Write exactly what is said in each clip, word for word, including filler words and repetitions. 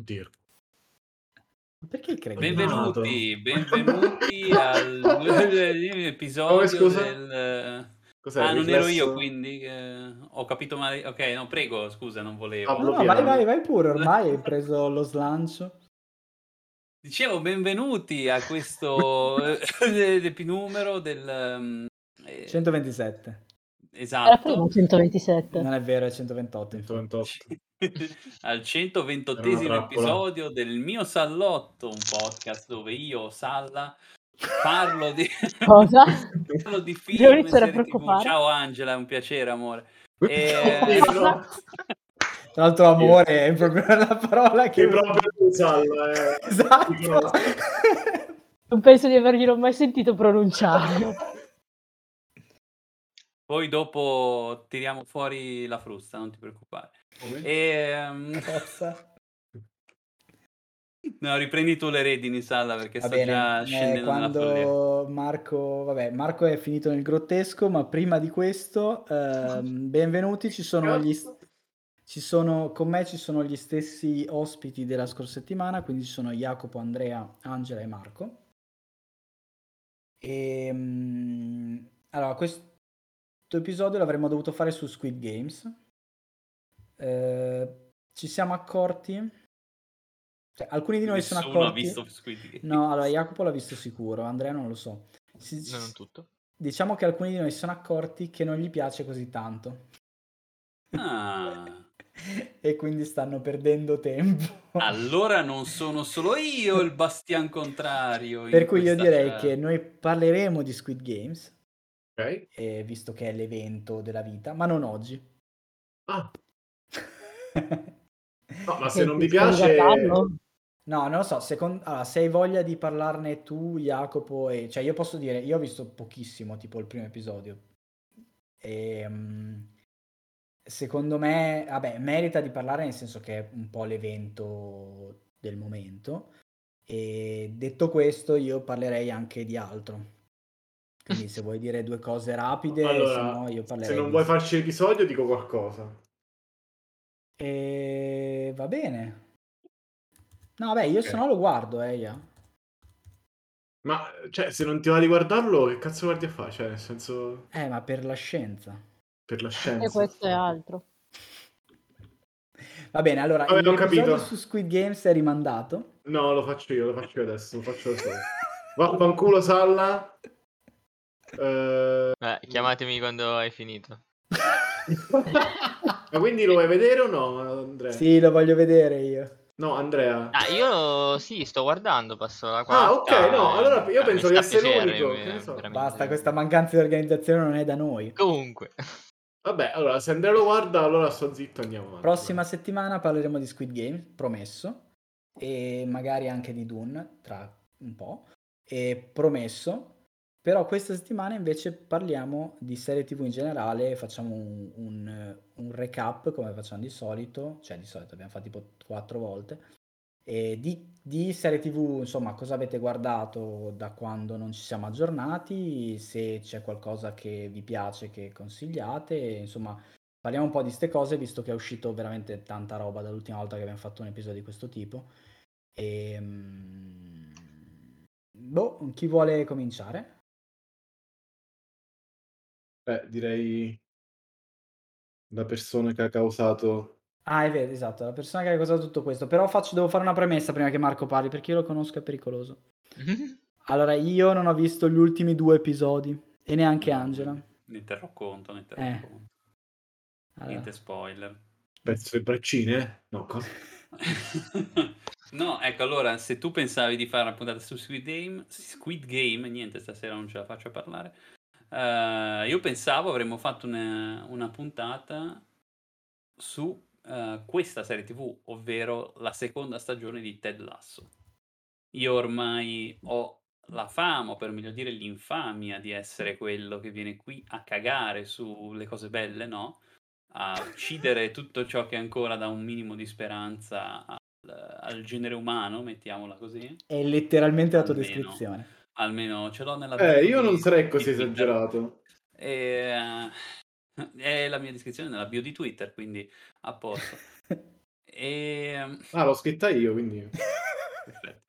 Oddio. Perché crei Benvenuti, benvenuti all'episodio scusa? del... Cos'è, ah, non ero io, riflesso? quindi eh, ho capito male. Ok, no, prego, scusa, non volevo. Pablo No, no, vai, Piano. vai, vai pure, ormai hai preso lo slancio. Dicevo, benvenuti a questo eh, epinumero del... um, eh, centoventisette. Era prima esatto, centoventisette. Non è vero, è centoventotto. infatti. centoventotto. al Era centoventottesimo una trappola. episodio del mio Sallotto, un podcast dove io, Salla, parlo di... Cosa? parlo di Devo film e iniziare a serie tivù. preoccupare. Ciao Angela, è un piacere, amore. Oddio, no. Tra l'altro amore è proprio la parola che... Che proprio tu, Salla, eh. Esatto. Ti conosco. Non penso di averglielo mai sentito pronunciare. Poi dopo tiriamo fuori la frusta, non ti preoccupare. E, Cosa? no, riprendi tu le redini, Salla, perché Va sta bene, già eh, scendendo nella follia. quando Marco, vabbè, Marco è finito nel grottesco, ma prima di questo, ehm, benvenuti, ci sono gli... Ci sono, con me ci sono gli stessi ospiti della scorsa settimana, quindi ci sono Jacopo, Andrea, Angela e Marco. E, mm, allora, questo episodio l'avremmo dovuto fare su Squid Games. Eh, ci siamo accorti, cioè, alcuni di noi sono Nessuno ha accorti. visto Squid Game. No, allora Jacopo l'ha visto sicuro, Andrea non lo so. Si- No, non tutto. Diciamo che alcuni di noi si sono accorti che non gli piace così tanto. Ah, E quindi stanno perdendo tempo. allora non sono solo io il bastian contrario. Per in cui io questa direi chat. che noi parleremo di Squid Games, Ok. eh, visto che è l'evento della vita, ma non oggi. Ah, no, ma se Che non vi stiamo piace... guardando? No, non lo so, secon- allora, se hai voglia di parlarne tu, Jacopo, e... cioè io posso dire, io ho visto pochissimo, tipo il primo episodio. E, mm, secondo me, vabbè, merita di parlare nel senso che è un po' l'evento del momento. E detto questo, io parlerei anche di altro. Quindi se vuoi dire due cose rapide, se Allora, no io se parlerei non di... vuoi farci episodio, dico qualcosa. E... va bene. No, beh, io Ok. se no lo guardo, eh, Ia. Ma, cioè, se non ti va di guardarlo, che cazzo guardi a fare? Cioè, nel senso, Eh, ma per la scienza. per la E scienza. questo è altro. Va bene, allora, Vabbè, ho l'episodio capito. su Squid Games è rimandato. No, lo faccio io, lo faccio io adesso, lo faccio da solo. Vaffanculo, Salla. Eh... Beh, chiamatemi quando hai finito. Ma quindi lo vuoi vedere o no, Andrea? Sì, lo voglio vedere io. No, Andrea. Ah, io sì, sto guardando, passo la Ah, quarta. ok, no, e- allora io eh, penso mi di sta essere piacere, l'unico, mi- che ne so. veramente. Basta, questa mancanza di organizzazione non è da noi. Comunque. Vabbè, allora, se Andrea lo guarda, allora sto zitto, andiamo avanti. Prossima settimana parleremo di Squid Game, promesso. E magari anche di Dune, tra un po'. E promesso. Però questa settimana invece parliamo di serie tivù in generale, facciamo un, un, un recap come facciamo di solito, cioè di solito abbiamo fatto tipo quattro volte, e di, di serie tivù, insomma, cosa avete guardato da quando non ci siamo aggiornati, se c'è qualcosa che vi piace che consigliate, insomma, parliamo un po' di ste cose visto che è uscito veramente tanta roba dall'ultima volta che abbiamo fatto un episodio di questo tipo. E, mm, boh, chi vuole cominciare? Beh, direi la persona che ha causato... Ah, è vero, esatto, la persona che ha causato tutto questo. Però faccio, devo fare una premessa prima che Marco parli, perché io lo conosco, è pericoloso. Allora, io non ho visto gli ultimi due episodi, e neanche No, Angela. Ne terrò conto, ne terrò Eh. conto. Allora. Niente spoiler. Pezzo di braccine? No, cosa? No, ecco, allora, se tu pensavi di fare una puntata su Squid Game, Squid Game, niente, stasera non ce la faccio a parlare. Eh, io pensavo avremmo fatto una, una puntata su eh, questa serie tivù, ovvero la seconda stagione di Ted Lasso. Io ormai ho la fama, o per meglio dire l'infamia, di essere quello che viene qui a cagare sulle cose belle, no? A uccidere tutto ciò che ancora dà un minimo di speranza al, al genere umano, mettiamola così. È letteralmente la tua Almeno. descrizione. Almeno ce l'ho nella Eh, bio io non di- sarei così di Twitter. esagerato. E, eh, è la mia descrizione nella bio di Twitter, quindi a posto. E... Ah, l'ho scritta io, quindi... Perfetto.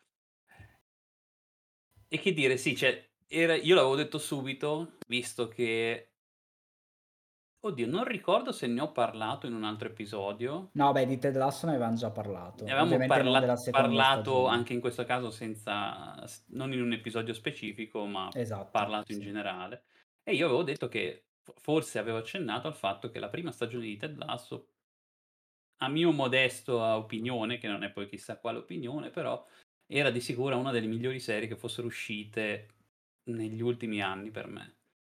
E che dire, sì, cioè, era... io l'avevo detto subito, visto che... Oddio, non ricordo se ne ho parlato in un altro episodio. No, beh, di Ted Lasso ne avevamo già parlato. Ne avevamo Ovviamente non parla- della seconda parlato stagione. anche in questo caso senza, non in un episodio specifico, ma Esatto, parlato in sì. generale. E io avevo detto che f- forse avevo accennato al fatto che la prima stagione di Ted Lasso, a mio modesto opinione, che non è poi chissà quale opinione, però era di sicuro una delle migliori serie che fossero uscite negli ultimi anni per me.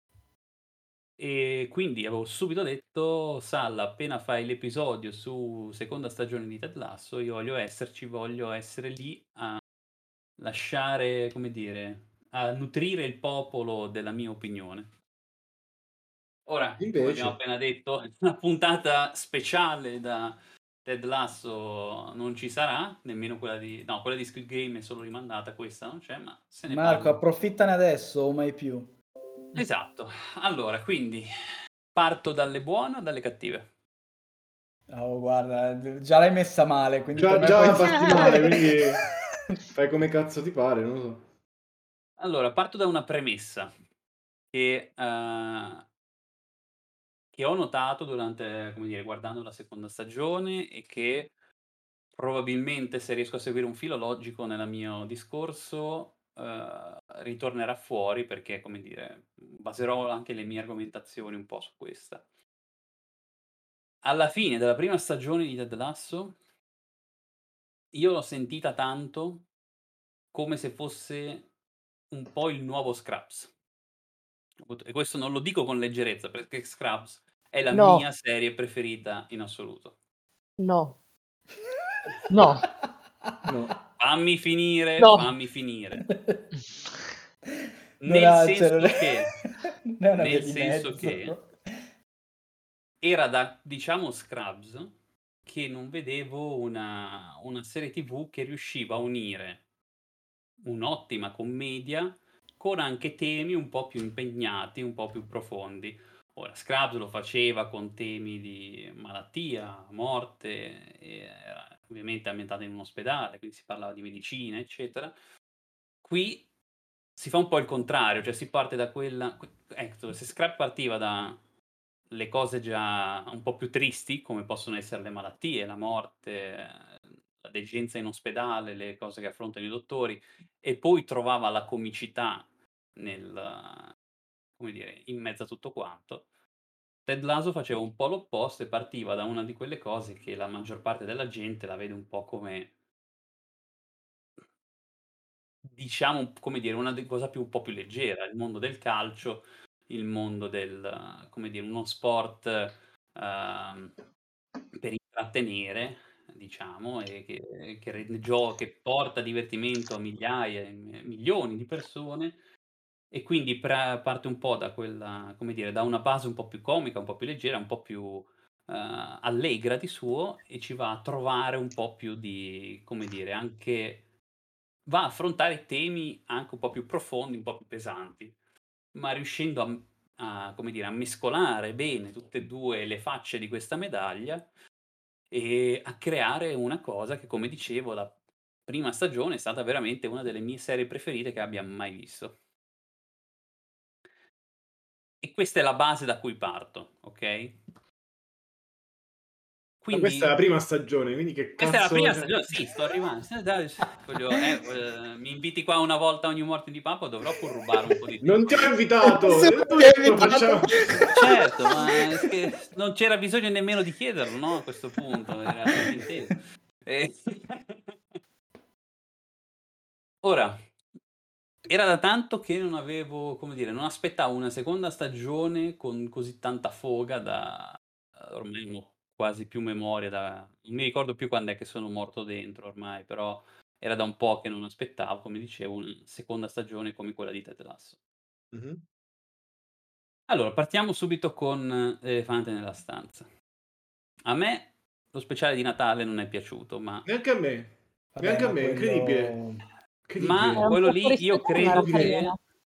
E quindi avevo subito detto: Salla, appena fai l'episodio su seconda stagione di Ted Lasso, io voglio esserci, voglio essere lì a lasciare, come dire, a nutrire il popolo della mia opinione. Ora, come abbiamo Invece... appena detto, una puntata speciale da Ted Lasso non ci sarà, nemmeno quella di... No, quella di Squid Game è solo rimandata, questa non c'è, ma se ne Marco, parla. approfittane adesso o mai più. Esatto. Allora, quindi parto dalle buone o dalle cattive? Oh, guarda, già l'hai messa male, quindi Già, per me già puoi parti dire- male, quindi fai come cazzo ti pare, non lo so. Allora, parto da una premessa che, ehm, che ho notato durante, come dire, guardando la seconda stagione e che probabilmente, se riesco a seguire un filo logico nella mio discorso, ehm, ritornerà fuori perché, come dire, baserò anche le mie argomentazioni un po' su questa. Alla fine della prima stagione di Ted Lasso, io l'ho sentita tanto come se fosse un po' il nuovo Scraps. E questo non lo dico con leggerezza, perché Scrubs è la No. mia serie preferita in assoluto. No. No. No. Fammi finire, No. fammi finire. Non Nel ha- cioè, senso non è- che non è una via nel di senso mezzo. che era da, diciamo, Scrubs che non vedevo una una serie T V che riusciva a unire un'ottima commedia con anche temi un po' più impegnati, un po' più profondi. Ora, Scrubs lo faceva con temi di malattia, morte, e era ovviamente ambientato in un ospedale, quindi si parlava di medicina, eccetera. Qui si fa un po' il contrario, cioè si parte da quella... Ecco, se Scrubs partiva da le cose già un po' più tristi, come possono essere le malattie, la morte, la degenza in ospedale, le cose che affrontano i dottori, e poi trovava la comicità nel, come dire, in mezzo a tutto quanto. Ted Lasso faceva un po' l'opposto e partiva da una di quelle cose che la maggior parte della gente la vede un po' come, diciamo, come dire, una de- cosa più, un po' più leggera, il mondo del calcio, il mondo del, come dire, uno sport ehm, per intrattenere, diciamo, e che, che rende gio- che porta divertimento a migliaia, e mi- milioni di persone. E quindi pra parte un po' da quella, come dire, da una base un po' più comica, un po' più leggera, un po' più, ehm, allegra di suo, e ci va a trovare un po' più di, come dire, anche va a affrontare temi anche un po' più profondi, un po' più pesanti, ma riuscendo a m a come dire, a mescolare bene tutte e due le facce di questa medaglia e a creare una cosa che, come dicevo, la prima stagione è stata veramente una delle mie serie preferite che abbia mai visto. E questa è la base da cui parto, okay? Ma questa è la Quindi prima stagione, quindi che questa è la cazzo... prima cioè- stagione, sì, sto arrivando. Sì, dai, s voglio eh, ehm, mi inviti qua una volta ogni morte di papa, dovrò pur rubare un po' di Non tempo ti ho a me. invitato! Sì, E tu ti hai lo invitato. facciamo... Certo, ma è che non c'era bisogno nemmeno di chiederlo, no, a questo punto, era sottinteso. E ora, era da tanto che non avevo, come dire, non aspettavo una seconda stagione con così tanta foga da ormai non ho quasi più memoria, da non mi ricordo più quand'è che sono morto dentro ormai, però era da un po' che non aspettavo, come dicevo, una seconda stagione come quella di Ted Lasso. Mhm. Allora, partiamo subito con L'elefante nella stanza. A me lo speciale di Natale non è piaciuto, ma Neanche a me. Vabbè, Neanche a ma me, incredibile. quello... ma Era Incredibile. un quello po' fuori lì io stagione, ma era credo Incredibile. che carina.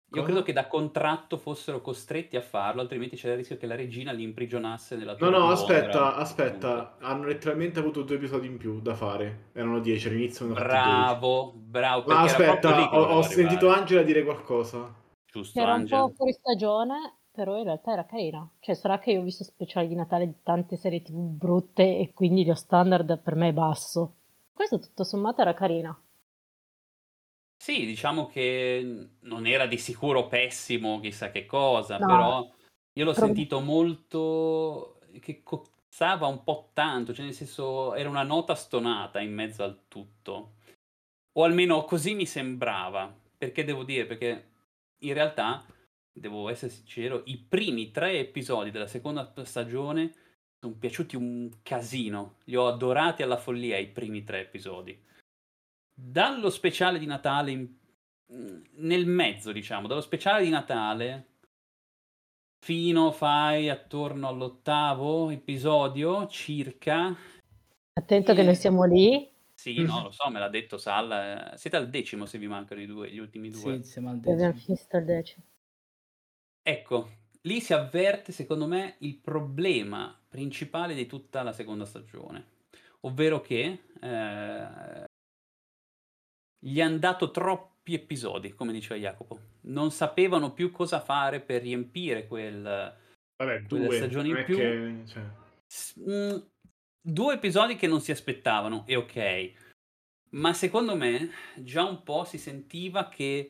Io Cosa? credo che da contratto fossero costretti a farlo, altrimenti c'era il rischio che la regina li imprigionasse nella No, torre no, di aspetta, Londra. Appunto. aspetta. Hanno letteralmente avuto due episodi in più da fare. Erano dieci, all'inizio ne hanno fatti dodici. Bravo, bravo, Ma perché era proprio lì aspetta, che ho, volevo ho sentito arrivare. Angela dire qualcosa. Giusto, Era un po' Angel? fuori stagione, però in realtà era carina. Cioè, sarà che io ho visto speciali di Natale di tante serie T V brutte e quindi lo standard per me è basso. Questo tutto sommato era carina. Sì, diciamo che non era di sicuro pessimo, chissà che cosa, No, però io l'ho pro- sentito molto che cozzava un po' tanto, cioè nel senso era una nota stonata in mezzo al tutto. O almeno così mi sembrava, perché devo dire, perché in realtà, devo essere sincero, i primi tre episodi della seconda stagione sono piaciuti un casino. Li ho adorati alla follia i primi tre episodi. Dallo speciale di Natale, in- nel mezzo, diciamo, dallo speciale di Natale fino fai attorno all'ottavo episodio circa. attento che noi E... siamo lì. Sì, no, lo so, me l'ha detto Sal. eh, Siete al decimo se vi mancano i due, gli ultimi Sì, due. siamo al E abbiamo decimo. visto il decimo. Ecco, lì si avverte, secondo me, il problema principale di tutta la seconda stagione, ovvero che eh, gli hanno dato troppi episodi, come diceva Jacopo. Non sapevano più cosa fare per riempire quel, Vabbè, quelle due. stagioni Non in è più. che... Cioè... S- mm, Due episodi che non si aspettavano, e ok. Ma secondo me già un po' si sentiva che.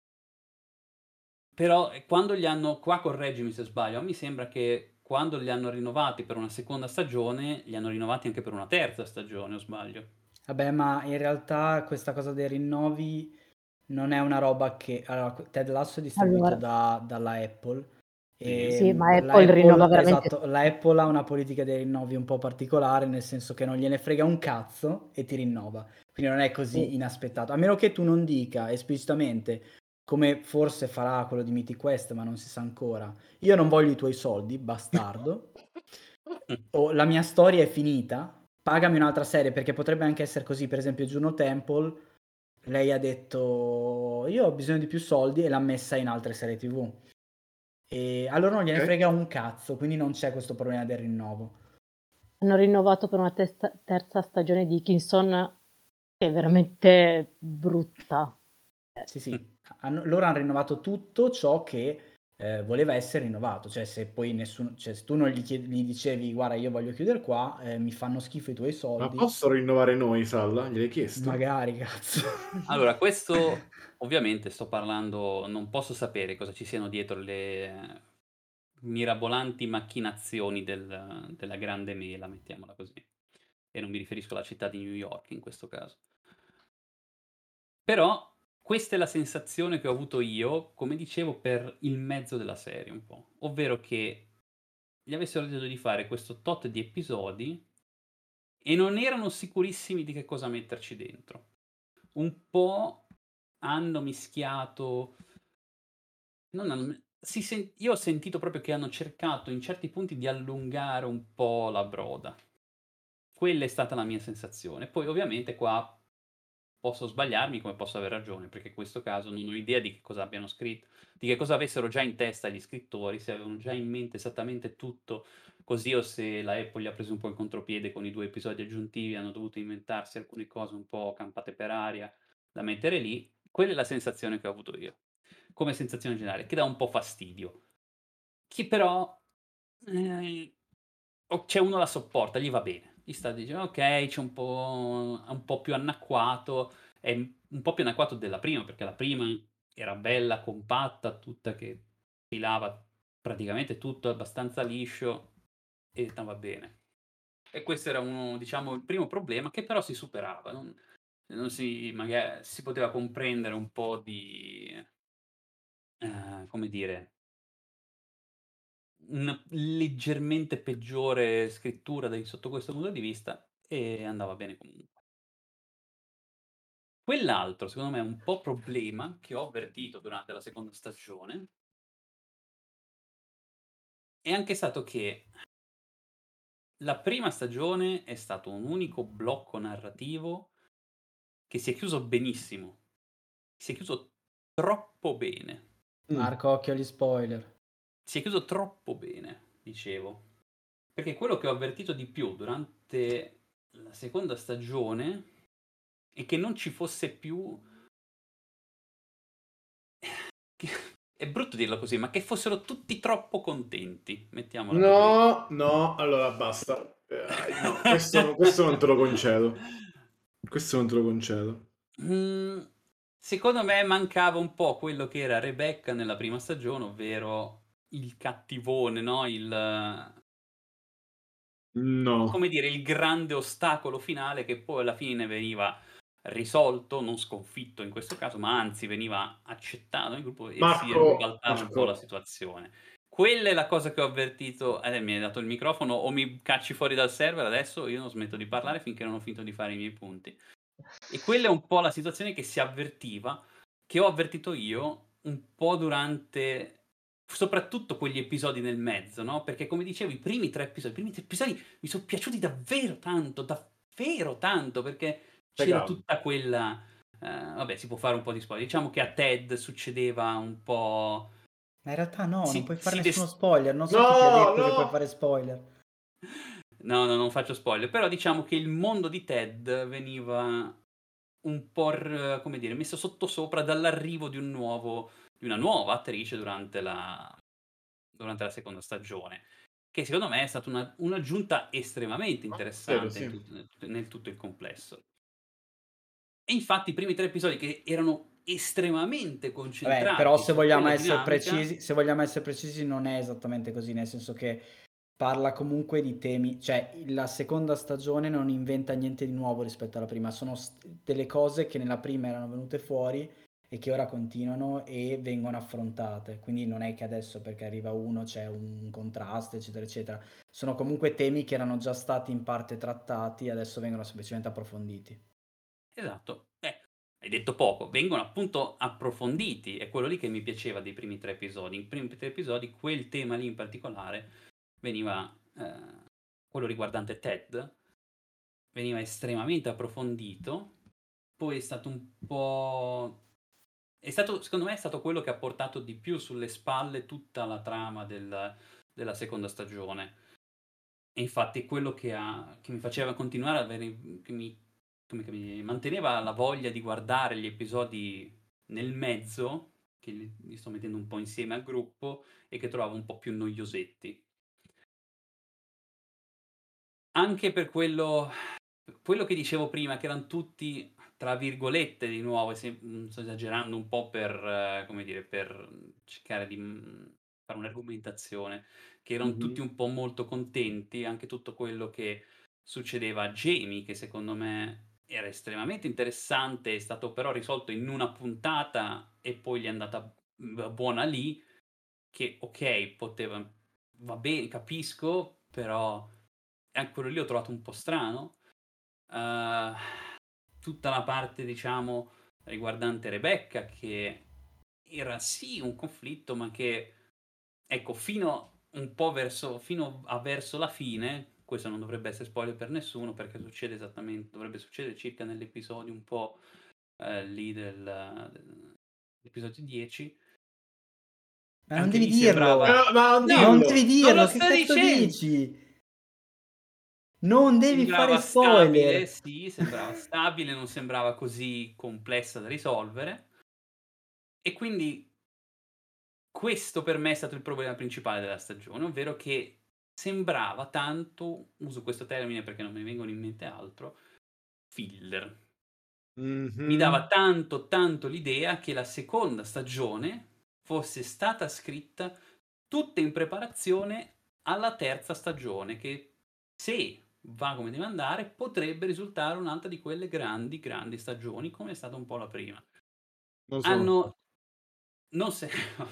Però eh, quando li hanno, qua correggimi se sbaglio, mi sembra che quando li hanno rinnovati per una seconda stagione, li hanno rinnovati anche per una terza stagione, o sbaglio? Vabbè, ma in realtà questa cosa dei rinnovi non è una roba che... Allora, Ted Lasso è distribuito Allora, da- dalla Apple Sì. e sì, ma mm, la Apple rinnova Apple, veramente esatto, la Apple ha una politica dei rinnovi un po' particolare, nel senso che non gliene frega un cazzo e ti rinnova. Quindi non è così sì. inaspettato. A meno che tu non dica esplicitamente, come forse farà quello di Mythic Quest, ma non si sa ancora, io non voglio i tuoi soldi, bastardo, o la mia storia è finita, pagami un'altra serie, perché potrebbe anche essere così. Per esempio Juno Temple, lei ha detto io ho bisogno di più soldi e l'ha messa in altre serie tv, e allora non gliene Ok? frega un cazzo, quindi non c'è questo problema del rinnovo. Hanno rinnovato per una testa- terza stagione di Dickinson che è veramente brutta. Sì, sì, hanno- loro hanno rinnovato tutto ciò che eh, voleva essere rinnovato, cioè se poi nessuno, cioè se tu non gli, chied- gli dicevi guarda io voglio chiudere qua, eh, mi fanno schifo i tuoi Ma soldi, posso rinnovare noi, Salla? Gliel'hai chiesto? magari cazzo. Allora, questo ovviamente sto parlando, non posso sapere cosa ci siano dietro le mirabolanti macchinazioni del- della grande mela, mettiamola così. E non mi riferisco alla città di New York in questo caso. Però questa è la sensazione che ho avuto io, come dicevo, per il mezzo della serie un po'. Ovvero che gli avessero detto di fare questo tot di episodi e non erano sicurissimi di che cosa metterci dentro. Un po' hanno mischiato. Non hanno- si sen- io ho sentito proprio che hanno cercato in certi punti di allungare un po' la broda. Quella è stata la mia sensazione. Poi ovviamente qua posso sbagliarmi come posso aver ragione, perché in questo caso non ho idea di che cosa abbiano scritto, di che cosa avessero già in testa gli scrittori, se avevano già in mente esattamente tutto così o se la Apple gli ha preso un po' in contropiede con i due episodi aggiuntivi, hanno dovuto inventarsi alcune cose un po' campate per aria da mettere lì. Quella è la sensazione che ho avuto io, come sensazione generale, che dà un po' fastidio. Che però eh, o c'è uno la sopporta, gli va bene. Gli sta dicendo, ok, c'è un po', è un po' più anacquato, è un po' più anacquato della prima, perché la prima era bella, compatta, tutta che filava praticamente tutto abbastanza liscio e stava bene. E questo era uno, diciamo, il primo problema che però si superava. Non, non si, magari si poteva comprendere un po' di, eh, come dire, una leggermente peggiore scrittura da sotto questo punto di vista e andava bene comunque. Quell'altro, secondo me, un po' problema che ho avvertito durante la seconda stagione è anche stato che la prima stagione è stato un unico blocco narrativo che si è chiuso benissimo, si è chiuso troppo bene. Mm. Marco, occhio agli spoiler. Si è chiuso troppo bene, dicevo. Perché quello che ho avvertito di più durante la seconda stagione è che non ci fosse più... che- È brutto dirlo così, ma che fossero tutti troppo contenti, mettiamola così. No, no, allora basta. Eh, no, questo, non- questo non te lo concedo. Questo non te lo concedo. Mm, secondo me mancava un po' quello che era Rebecca nella prima stagione, ovvero il cattivone, no? Il, No. come dire, il grande ostacolo finale che poi alla fine veniva risolto, non sconfitto in questo caso, ma anzi veniva accettato nel gruppo e si Marco, ribaltava un po' Marco, la situazione. Quella è la cosa che ho avvertito. Eh, mi hai dato il microfono o mi cacci fuori dal server adesso? Io non smetto di parlare finché non ho finito di fare i miei punti. E quella è un po' la situazione che si avvertiva, che ho avvertito io un po' durante soprattutto quegli episodi nel mezzo, no? Perché come dicevo, i primi tre episodi, i primi tre episodi mi sono piaciuti davvero tanto, davvero tanto, perché c'era Peccato. tutta quella... eh, vabbè, si può fare un po' di spoiler. Diciamo che a Ted succedeva un po'... Ma in realtà no, non Si, puoi fare si nessuno des- spoiler. Non so chi ti ha No, detto che puoi no. fare spoiler. No, no, non faccio spoiler, però diciamo che il mondo di Ted veniva un po', r- come dire, messo sottosopra dall'arrivo di un nuovo, di una nuova attrice durante la, durante la seconda stagione, che secondo me è stata una- un'aggiunta estremamente Vero, interessante in sì. tut- nel, nel tutto il complesso. E infatti i primi tre episodi che erano estremamente Vabbè, però concentrati se su vogliamo quella essere dinamica, precisi, se vogliamo essere precisi, non è esattamente così, nel senso che parla comunque di temi, cioè la seconda stagione non inventa niente di nuovo rispetto alla prima, sono st- delle cose che nella prima erano venute fuori e che ora continuano e vengono affrontate, quindi non è che adesso perché arriva uno c'è un contrasto, eccetera, eccetera, sono comunque temi che erano già stati in parte trattati e adesso vengono semplicemente approfonditi. esatto, eh, hai detto poco, vengono appunto approfonditi, è quello lì che mi piaceva dei primi tre episodi. In primi tre episodi quel tema lì in particolare veniva, eh, quello riguardante Ted, veniva estremamente approfondito, poi è stato un po'... È stato, secondo me è stato quello che ha portato di più sulle spalle tutta la trama del- della seconda stagione. E infatti è quello che, ha, che mi faceva continuare ad avere, che mi, come che mi manteneva la voglia di guardare gli episodi nel mezzo, che li, li sto mettendo un po' insieme al gruppo e che trovavo un po' più noiosetti. Anche per quello, quello che dicevo prima, che erano tutti, tra virgolette, di nuovo, e se- mm, sto esagerando un po' per, eh, come dire, per cercare di mm, fare un'argomentazione, che erano tutti Mhm. un po' molto contenti, anche tutto quello che succedeva a Jamie, che secondo me era estremamente interessante, è stato però risolto in una puntata e poi gli è andata mm, buona lì, che ok, poteva, va bene, capisco, però anche quello lì ho trovato un po' strano. Uh, tutta la parte, diciamo, riguardante Rebecca, che era sì un conflitto, ma che, ecco, fino un po' verso, fino a verso la fine, questo non dovrebbe essere spoiler per nessuno, perché succede esattamente, dovrebbe succedere circa nell'episodio un po' eh, lì del, dell'episodio dieci. Ma non Anche devi lì dirlo! sembrava... Eh, ma non No, Non dirlo! devi non lo dirlo, che sto cazzo dicendo! dici? Non devi fare Sembrava stabile, spoiler. sì, sembrava stabile, non sembrava così complessa da risolvere. E quindi questo per me è stato il problema principale della stagione, ovvero che sembrava tanto, uso questo termine perché non mi vengono in mente altro, filler. Mi dava Mhm. tanto, tanto l'idea che la seconda stagione fosse stata scritta tutta in preparazione alla terza stagione, che se va come deve andare potrebbe risultare un'altra di quelle grandi, grandi stagioni, come è stata un po' la prima. Lo so. Hanno... Non se...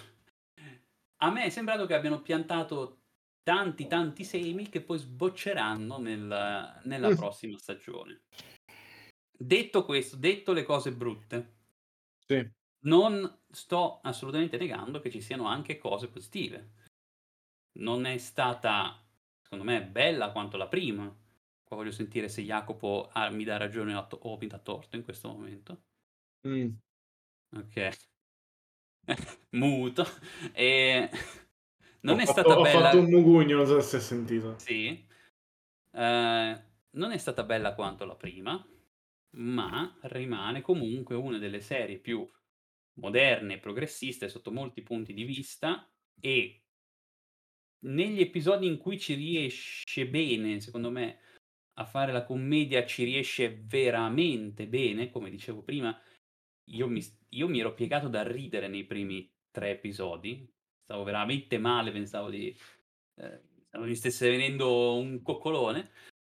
A me è sembrato che abbiano piantato tanti, tanti semi che poi sbocceranno nel- nella Mm, prossima stagione. Detto questo, detto le cose brutte, sì. non sto assolutamente negando che ci siano anche cose positive. Non è stata, secondo me, bella quanto la prima. Qua voglio sentire se Jacopo ah, mi dà ragione o, to- o mi dà torto in questo momento. Mm. Ok. muto, e non Ho è fatto, stata ho bella. fatto un mugugno, non so se si è sentito. Sì. Eh, non è stata bella quanto la prima, ma rimane comunque una delle serie più moderne e progressiste sotto molti punti di vista, e negli episodi in cui ci riesce bene, secondo me, a fare la commedia, ci riesce veramente bene, come dicevo prima. Io mi, io mi ero piegato da ridere nei primi tre episodi, stavo veramente male, pensavo di eh, pensavo mi stesse venendo un coccolone.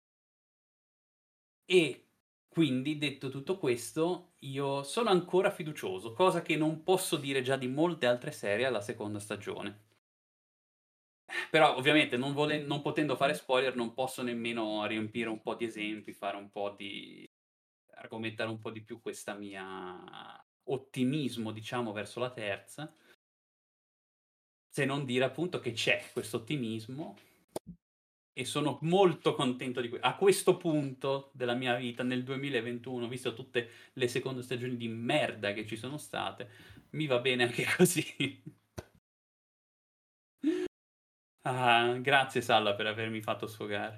E quindi, detto tutto questo, io sono ancora fiducioso, cosa che non posso dire già di molte altre serie alla seconda stagione. Però ovviamente non, vole- non potendo fare spoiler non posso nemmeno riempire un po' di esempi, fare un po' di... argomentare un po' di più questa mia ottimismo, diciamo, verso la terza, se non dire appunto che c'è questo ottimismo e sono molto contento di questo. A questo punto della mia vita, nel duemilaventuno, visto tutte le seconde stagioni di merda che ci sono state, mi va bene anche così. Ah, grazie Salla per avermi fatto sfogare.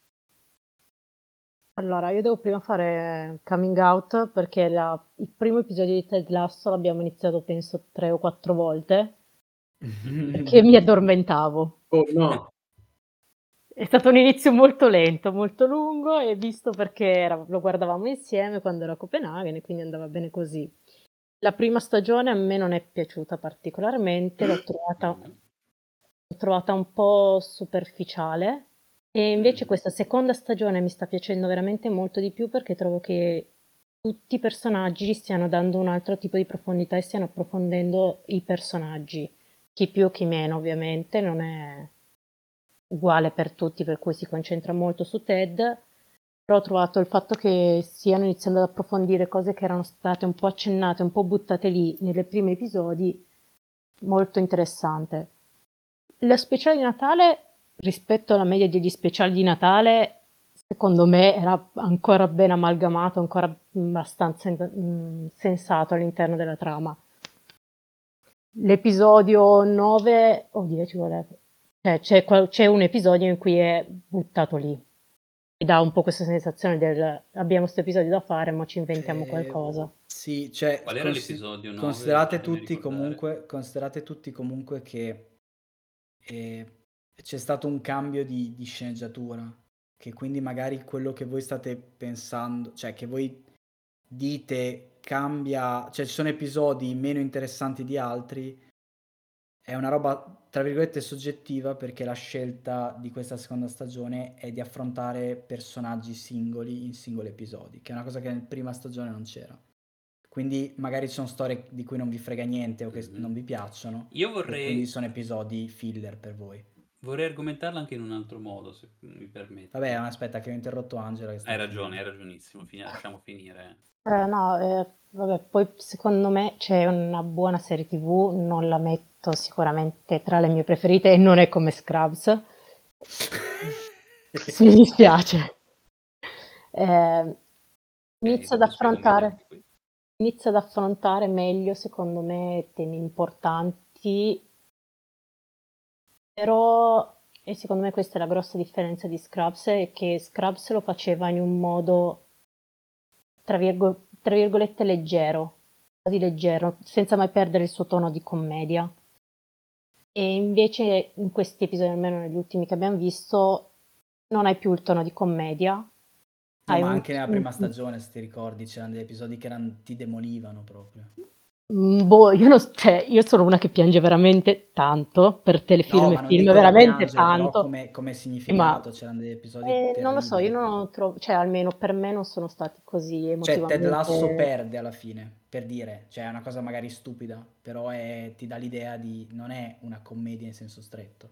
Allora, io devo prima fare coming out perché la- il primo episodio di Ted Lasso l'abbiamo iniziato penso tre o quattro volte perché mi addormentavo. Oh no, È stato un inizio molto lento, molto lungo e visto perché era- lo guardavamo insieme quando ero a Copenaghen e quindi andava bene così. La prima stagione a me non è piaciuta particolarmente, l'ho trovata, l'ho trovata un po' superficiale e invece Mm. questa seconda stagione mi sta piacendo veramente molto di più perché trovo che tutti i personaggi stiano dando un altro tipo di profondità e stiano approfondendo i personaggi, chi più chi meno ovviamente, non è uguale per tutti, per cui si concentra molto su Ted, però ho trovato il fatto che stiano iniziando ad approfondire cose che erano state un po' accennate, un po' buttate lì nei primi episodi, molto interessante. Lo speciale di Natale, rispetto alla media degli speciali di Natale, secondo me era ancora ben amalgamato, ancora abbastanza mm, sensato all'interno della trama. L'episodio nove, oddio, ci vuole. Cioè, c'è, qual- c'è un episodio in cui è buttato lì. Mi dà un po' questa sensazione del abbiamo questo episodio da fare, ma ci inventiamo Eh, qualcosa. sì, cioè, Qual era consi- l'episodio nove? considerate Fatemi tutti ricordare. comunque, considerate tutti comunque che eh, c'è stato un cambio di, di sceneggiatura, che quindi magari quello che voi state pensando, cioè che voi dite cambia, cioè ci sono episodi meno interessanti di altri, è una roba tra virgolette soggettiva perché la scelta di questa seconda stagione è di affrontare personaggi singoli in singoli episodi, che è una cosa che nella prima stagione non c'era. Quindi magari ci sono storie di cui non vi frega niente o che Mhm. non vi piacciono Io e vorrei, quindi sono episodi filler per voi. vorrei argomentarla anche in un altro modo, se mi permetti. Vabbè, aspetta che ho interrotto Angela che Hai stava ragione, hai finendo. ragionissimo. Fini- lasciamo finire. Eh, no, eh, vabbè, poi secondo me c'è una buona serie ti vu, non la metto sicuramente tra le mie preferite e non è come Scrubs. Mi dispiace. Eh, inizia ad dopo spiego meglio affrontare, anche qui. inizia ad affrontare meglio, secondo me, temi importanti, però e secondo me questa è la grossa differenza di Scrubs, è che Scrubs lo faceva in un modo, tra, virgo- tra virgolette, leggero, quasi leggero, senza mai perdere il suo tono di commedia. E invece in questi episodi, almeno negli ultimi che abbiamo visto, non hai più il tono di commedia. No, Hai ma un, anche nella un- prima stagione, se ti ricordi, c'erano degli episodi che erano- ti demolivano proprio. Mm, Boh, io, non- cioè, io sono una che piange veramente tanto per No, telefilm e ma non film, dico da veramente piangere, però tanto. come, come Eh, Ma significato, c'erano degli episodi eh, non lo so, io terribili. non trovo, cioè almeno per me non sono stati così Cioè, Ted Lasso emotivamente. perde alla fine, per dire, cioè è una cosa magari stupida, però è- ti dà l'idea di non è una commedia in senso stretto.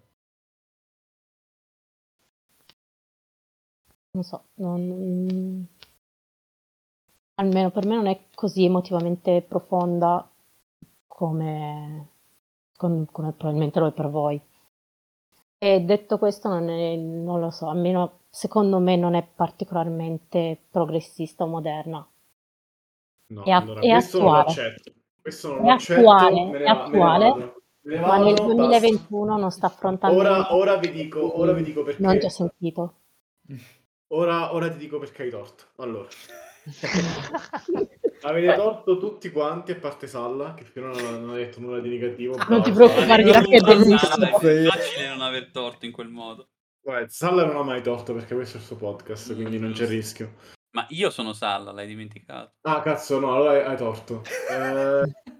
Non so, non- almeno per me non è così emotivamente profonda come, com- come probabilmente lo è per voi. E detto questo, non, è- non lo so, almeno secondo me non è particolarmente progressista o moderna. no, È, a- allora è questo non lo attuale. accetto. Questo non È lo accetto, attuale, me è ne, va- me ne attuale, vado. Me ne ma nel vado, basta. duemilaventuno non sta affrontando Ora, niente, ora vi dico, ora vi quindi dico non ti ho perché. sentito. Ora, ora ti dico perché hai torto. Allora, avete torto tutti quanti, a parte Salla, che finora non ha, non ha detto nulla di negativo. Non ti Bravo, preoccupare, Salla. dirà che è Salla, bellissimo. è facile non aver torto in quel modo. Guarda, Salla non ha mai torto perché questo è il suo podcast, Mm, quindi non c'è giusto. rischio. Ma io sono Salla, l'hai dimenticato. Ah, cazzo, no, allora hai, hai torto. Eh,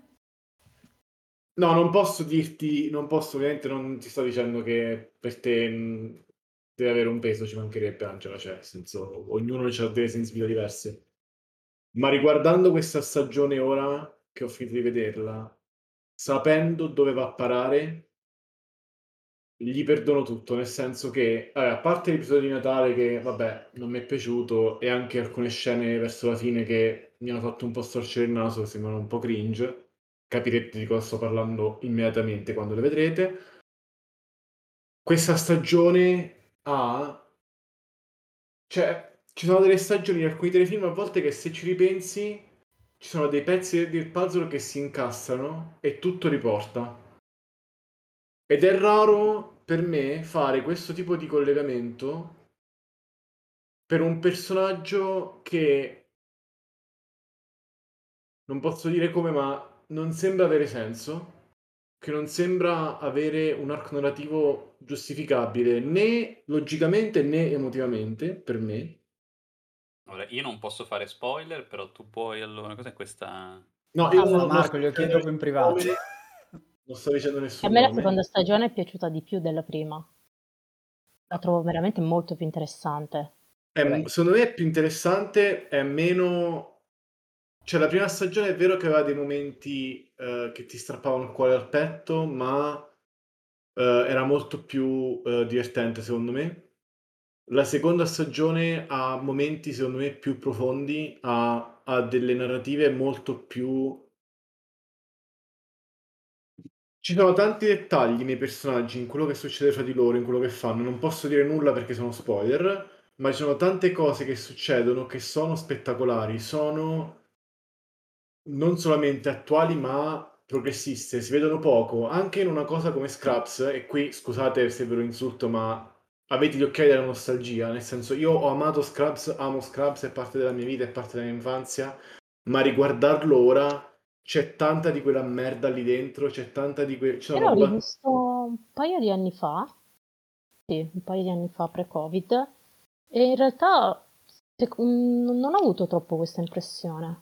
no, non posso dirti, non posso, ovviamente non ti sto dicendo che per te mh, deve avere un peso, ci mancherebbe, Angela, cioè, nel senso, ognuno ha delle sensibilità diverse. Ma riguardando questa stagione ora, che ho finito di vederla, sapendo dove va a parare, gli perdono tutto, nel senso che, vabbè, a parte l'episodio di Natale che, vabbè, non mi è piaciuto, e anche alcune scene verso la fine che mi hanno fatto un po' storcere il naso, che sembrano un po' cringe, capirete di cosa sto parlando immediatamente quando le vedrete. Questa stagione ha... Cioè, ci sono delle stagioni in alcuni telefilm a volte che se ci ripensi ci sono dei pezzi del puzzle che si incastrano e tutto riporta. Ed è raro per me fare questo tipo di collegamento per un personaggio che non posso dire come, ma non sembra avere senso, che non sembra avere un arco narrativo giustificabile né logicamente né emotivamente per me. Ora, io non posso fare spoiler, però tu puoi allora. Cos'è questa? No, io Basta non, non Marco, sto glielo chiedo dicendo dopo in nessun privato. nome, non sto dicendo A nessun me la nome. seconda stagione è piaciuta di più della prima. La trovo veramente molto più interessante. È- Vabbè. secondo me è più interessante, è meno... Cioè, la prima stagione è vero che aveva dei momenti eh, che ti strappavano il cuore al petto, ma eh, era molto più eh, divertente, secondo me. La seconda stagione ha momenti, secondo me, più profondi, ha, ha delle narrative molto più... Ci sono tanti dettagli nei personaggi, in quello che succede fra di loro, in quello che fanno. Non posso dire nulla perché sono spoiler, ma ci sono tante cose che succedono che sono spettacolari, sono non solamente attuali ma progressiste, si vedono poco, anche in una cosa come Scraps, e qui scusate se ve lo insulto, ma avete gli occhiali della nostalgia, nel senso io ho amato Scraps, amo Scraps, è parte della mia vita, è parte della mia infanzia, ma riguardarlo ora c'è tanta di quella merda lì dentro, c'è tanta di que... ci Io l'ho sono ba- rivisto un paio di anni fa, sì, un paio di anni fa pre-Covid, e in realtà sec- mm, non ho avuto troppo questa impressione.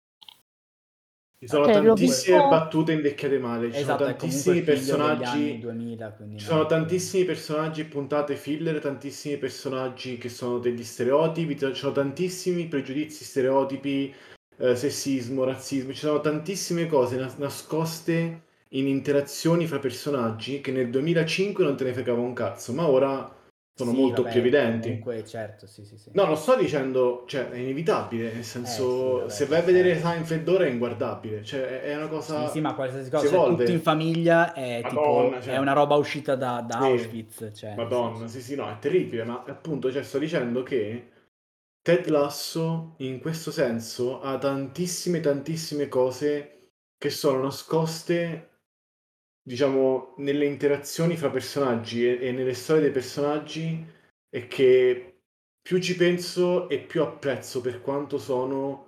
ci sono Cioè, l'ho tantissime visto... battute invecchiate male, ci sono Esatto, è comunque tantissimi figlio degli anni personaggi. duemila, quindi Ci non sono è che... tantissimi personaggi puntate filler, tantissimi personaggi che sono degli stereotipi, ci sono tantissimi pregiudizi, stereotipi, eh, sessismo, razzismo, ci sono tantissime cose nas- nascoste in interazioni fra personaggi che nel duemilacinque non te ne fregava un cazzo, ma ora sono Sì, molto più vabbè, evidenti. comunque, certo, sì, sì, sì. No, non sto dicendo, cioè, è inevitabile, nel Eh sì, senso, vabbè, se per vai a vedere forza. Seinfeld ora è inguardabile, cioè, è è una Sì, sì, cosa... ma qualsiasi si cosa, cioè tutto in evolve. famiglia è Madonna, tipo, è cioè... una roba uscita da, da Sì, Auschwitz, cioè, nel Madonna, senso. sì, sì, no, è terribile, ma appunto, cioè, sto dicendo che Ted Lasso, in questo senso, ha tantissime, tantissime cose che sono nascoste, diciamo, nelle interazioni fra personaggi e, e nelle storie dei personaggi e che più ci penso e più apprezzo per quanto sono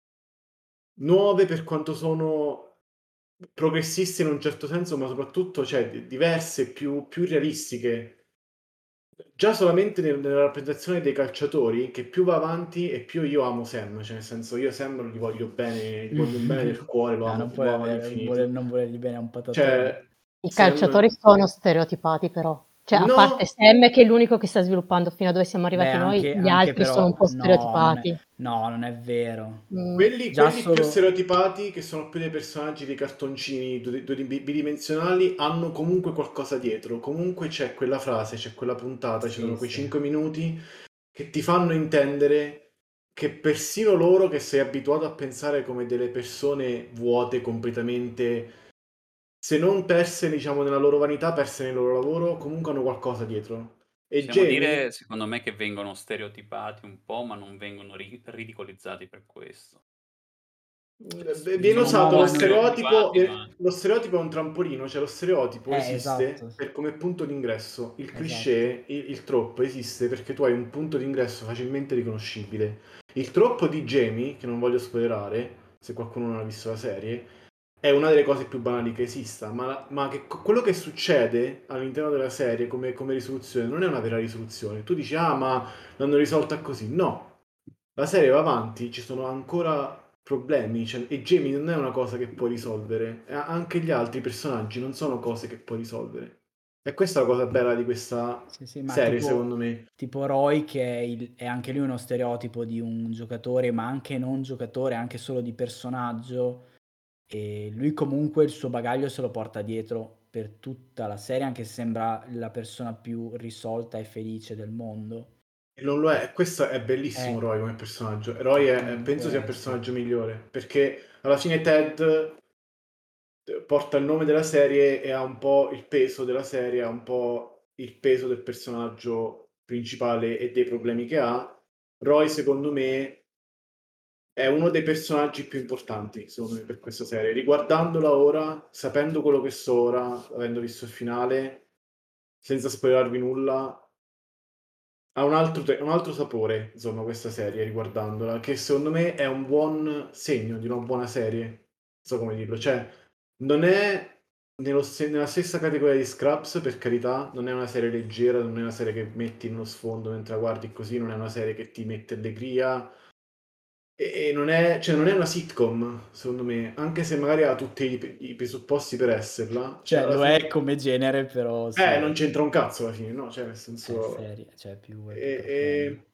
nuove, per quanto sono progressiste in un certo senso, ma soprattutto, cioè, di- diverse, più, più realistiche. Già solamente nel- nella rappresentazione dei calciatori, che più va avanti e più io amo Sam, cioè nel senso io Sam gli voglio bene, gli voglio bene del cuore, lo No, amo, non puoi lo amo avere, voler, all'infinito. non volergli bene a un patatone. Cioè, I Sam... calciatori sono stereotipati però. Cioè, a parte No! Sam che è l'unico che sta sviluppando fino a dove siamo Beh, arrivati noi, anche, gli anche altri sono un però, po' no, non è, stereotipati. no, non è vero. Mm. Quelli, Già quelli più solo... stereotipati, che sono più dei personaggi dei cartoncini due- due- bidimensionali, hanno comunque qualcosa dietro. Comunque c'è quella frase, c'è quella puntata, ci sono Sì, quei sì. cinque minuti che ti fanno intendere che persino loro che sei abituato a pensare come delle persone vuote completamente, se non perse, diciamo, nella loro vanità, perse nel loro lavoro, comunque hanno qualcosa dietro. E Possiamo Jamie, dire, secondo me, che vengono stereotipati un po', ma non vengono ri- ridicolizzati per questo. Viene diciamo, usato lo nuova- stereotipo, nuova- viene- lo stereotipo è un trampolino, cioè lo stereotipo Eh, esiste esatto. per come punto d'ingresso, il Esatto. cliché, il, il troppo esiste perché tu hai un punto d'ingresso facilmente riconoscibile. Il troppo di Jamie, che non voglio spoilerare, se qualcuno non ha visto la serie, è una delle cose più banali che esista, ma, ma che, quello che succede all'interno della serie come, come risoluzione non è una vera risoluzione. Tu dici, ah, ma l'hanno risolta così. No, la serie va avanti, ci sono ancora problemi, cioè, e Jamie non è una cosa che puoi risolvere, e anche gli altri personaggi non sono cose che puoi risolvere. E questa è la cosa bella di questa Sì, sì, ma serie, tipo, secondo me. tipo Roy, che è, il- è anche lui uno stereotipo di un giocatore, ma anche non giocatore, anche solo di personaggio. E lui comunque il suo bagaglio se lo porta dietro per tutta la serie, anche se sembra la persona più risolta e felice del mondo. E non lo è, questo è bellissimo Eh. Roy come personaggio. Roy è, Comunque, penso sia il sì. personaggio migliore, perché alla fine Ted porta il nome della serie e ha un po' il peso della serie, ha un po' il peso del personaggio principale e dei problemi che ha. Roy, secondo me, è uno dei personaggi più importanti, secondo me, per questa serie. Riguardandola ora, sapendo quello che so ora, avendo visto il finale, senza spoilerarvi nulla, ha un altro, te- un altro sapore, insomma, questa serie, riguardandola, che secondo me è un buon segno di una buona serie. Non so come dirlo. Cioè, non è nello ste- nella stessa categoria di Scrubs, per carità, non è una serie leggera, non è una serie che metti nello sfondo mentre la guardi così, non è una serie che ti mette allegria. E e non è, cioè non è una sitcom, secondo me, anche se magari ha tutti i, i presupposti per esserla. Cioè, Cioè, alla lo fine... è come genere, però sì, Eh, è non c'entra un cazzo alla fine, no? Cioè, nel è senso... serie, cioè più, è più e- profondo. e-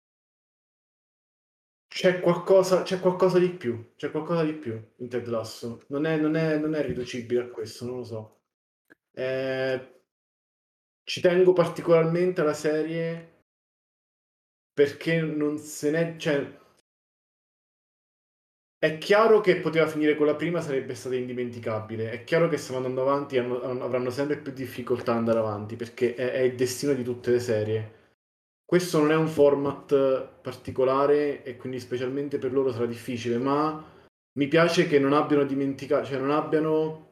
C'è qualcosa, c'è qualcosa di più, c'è qualcosa di più in Ted Lasso. Non è, non è, non è riducibile a questo, non lo so. Eh, ci tengo particolarmente alla serie perché non se n'è... Cioè, è chiaro che poteva finire con la prima, sarebbe stata indimenticabile. È chiaro che stiamo andando avanti hanno- hanno- avranno sempre più difficoltà ad andare avanti perché è, è il destino di tutte le serie. Questo non è un format particolare e quindi specialmente per loro sarà difficile, ma mi piace che non abbiano dimenticato, cioè non abbiano...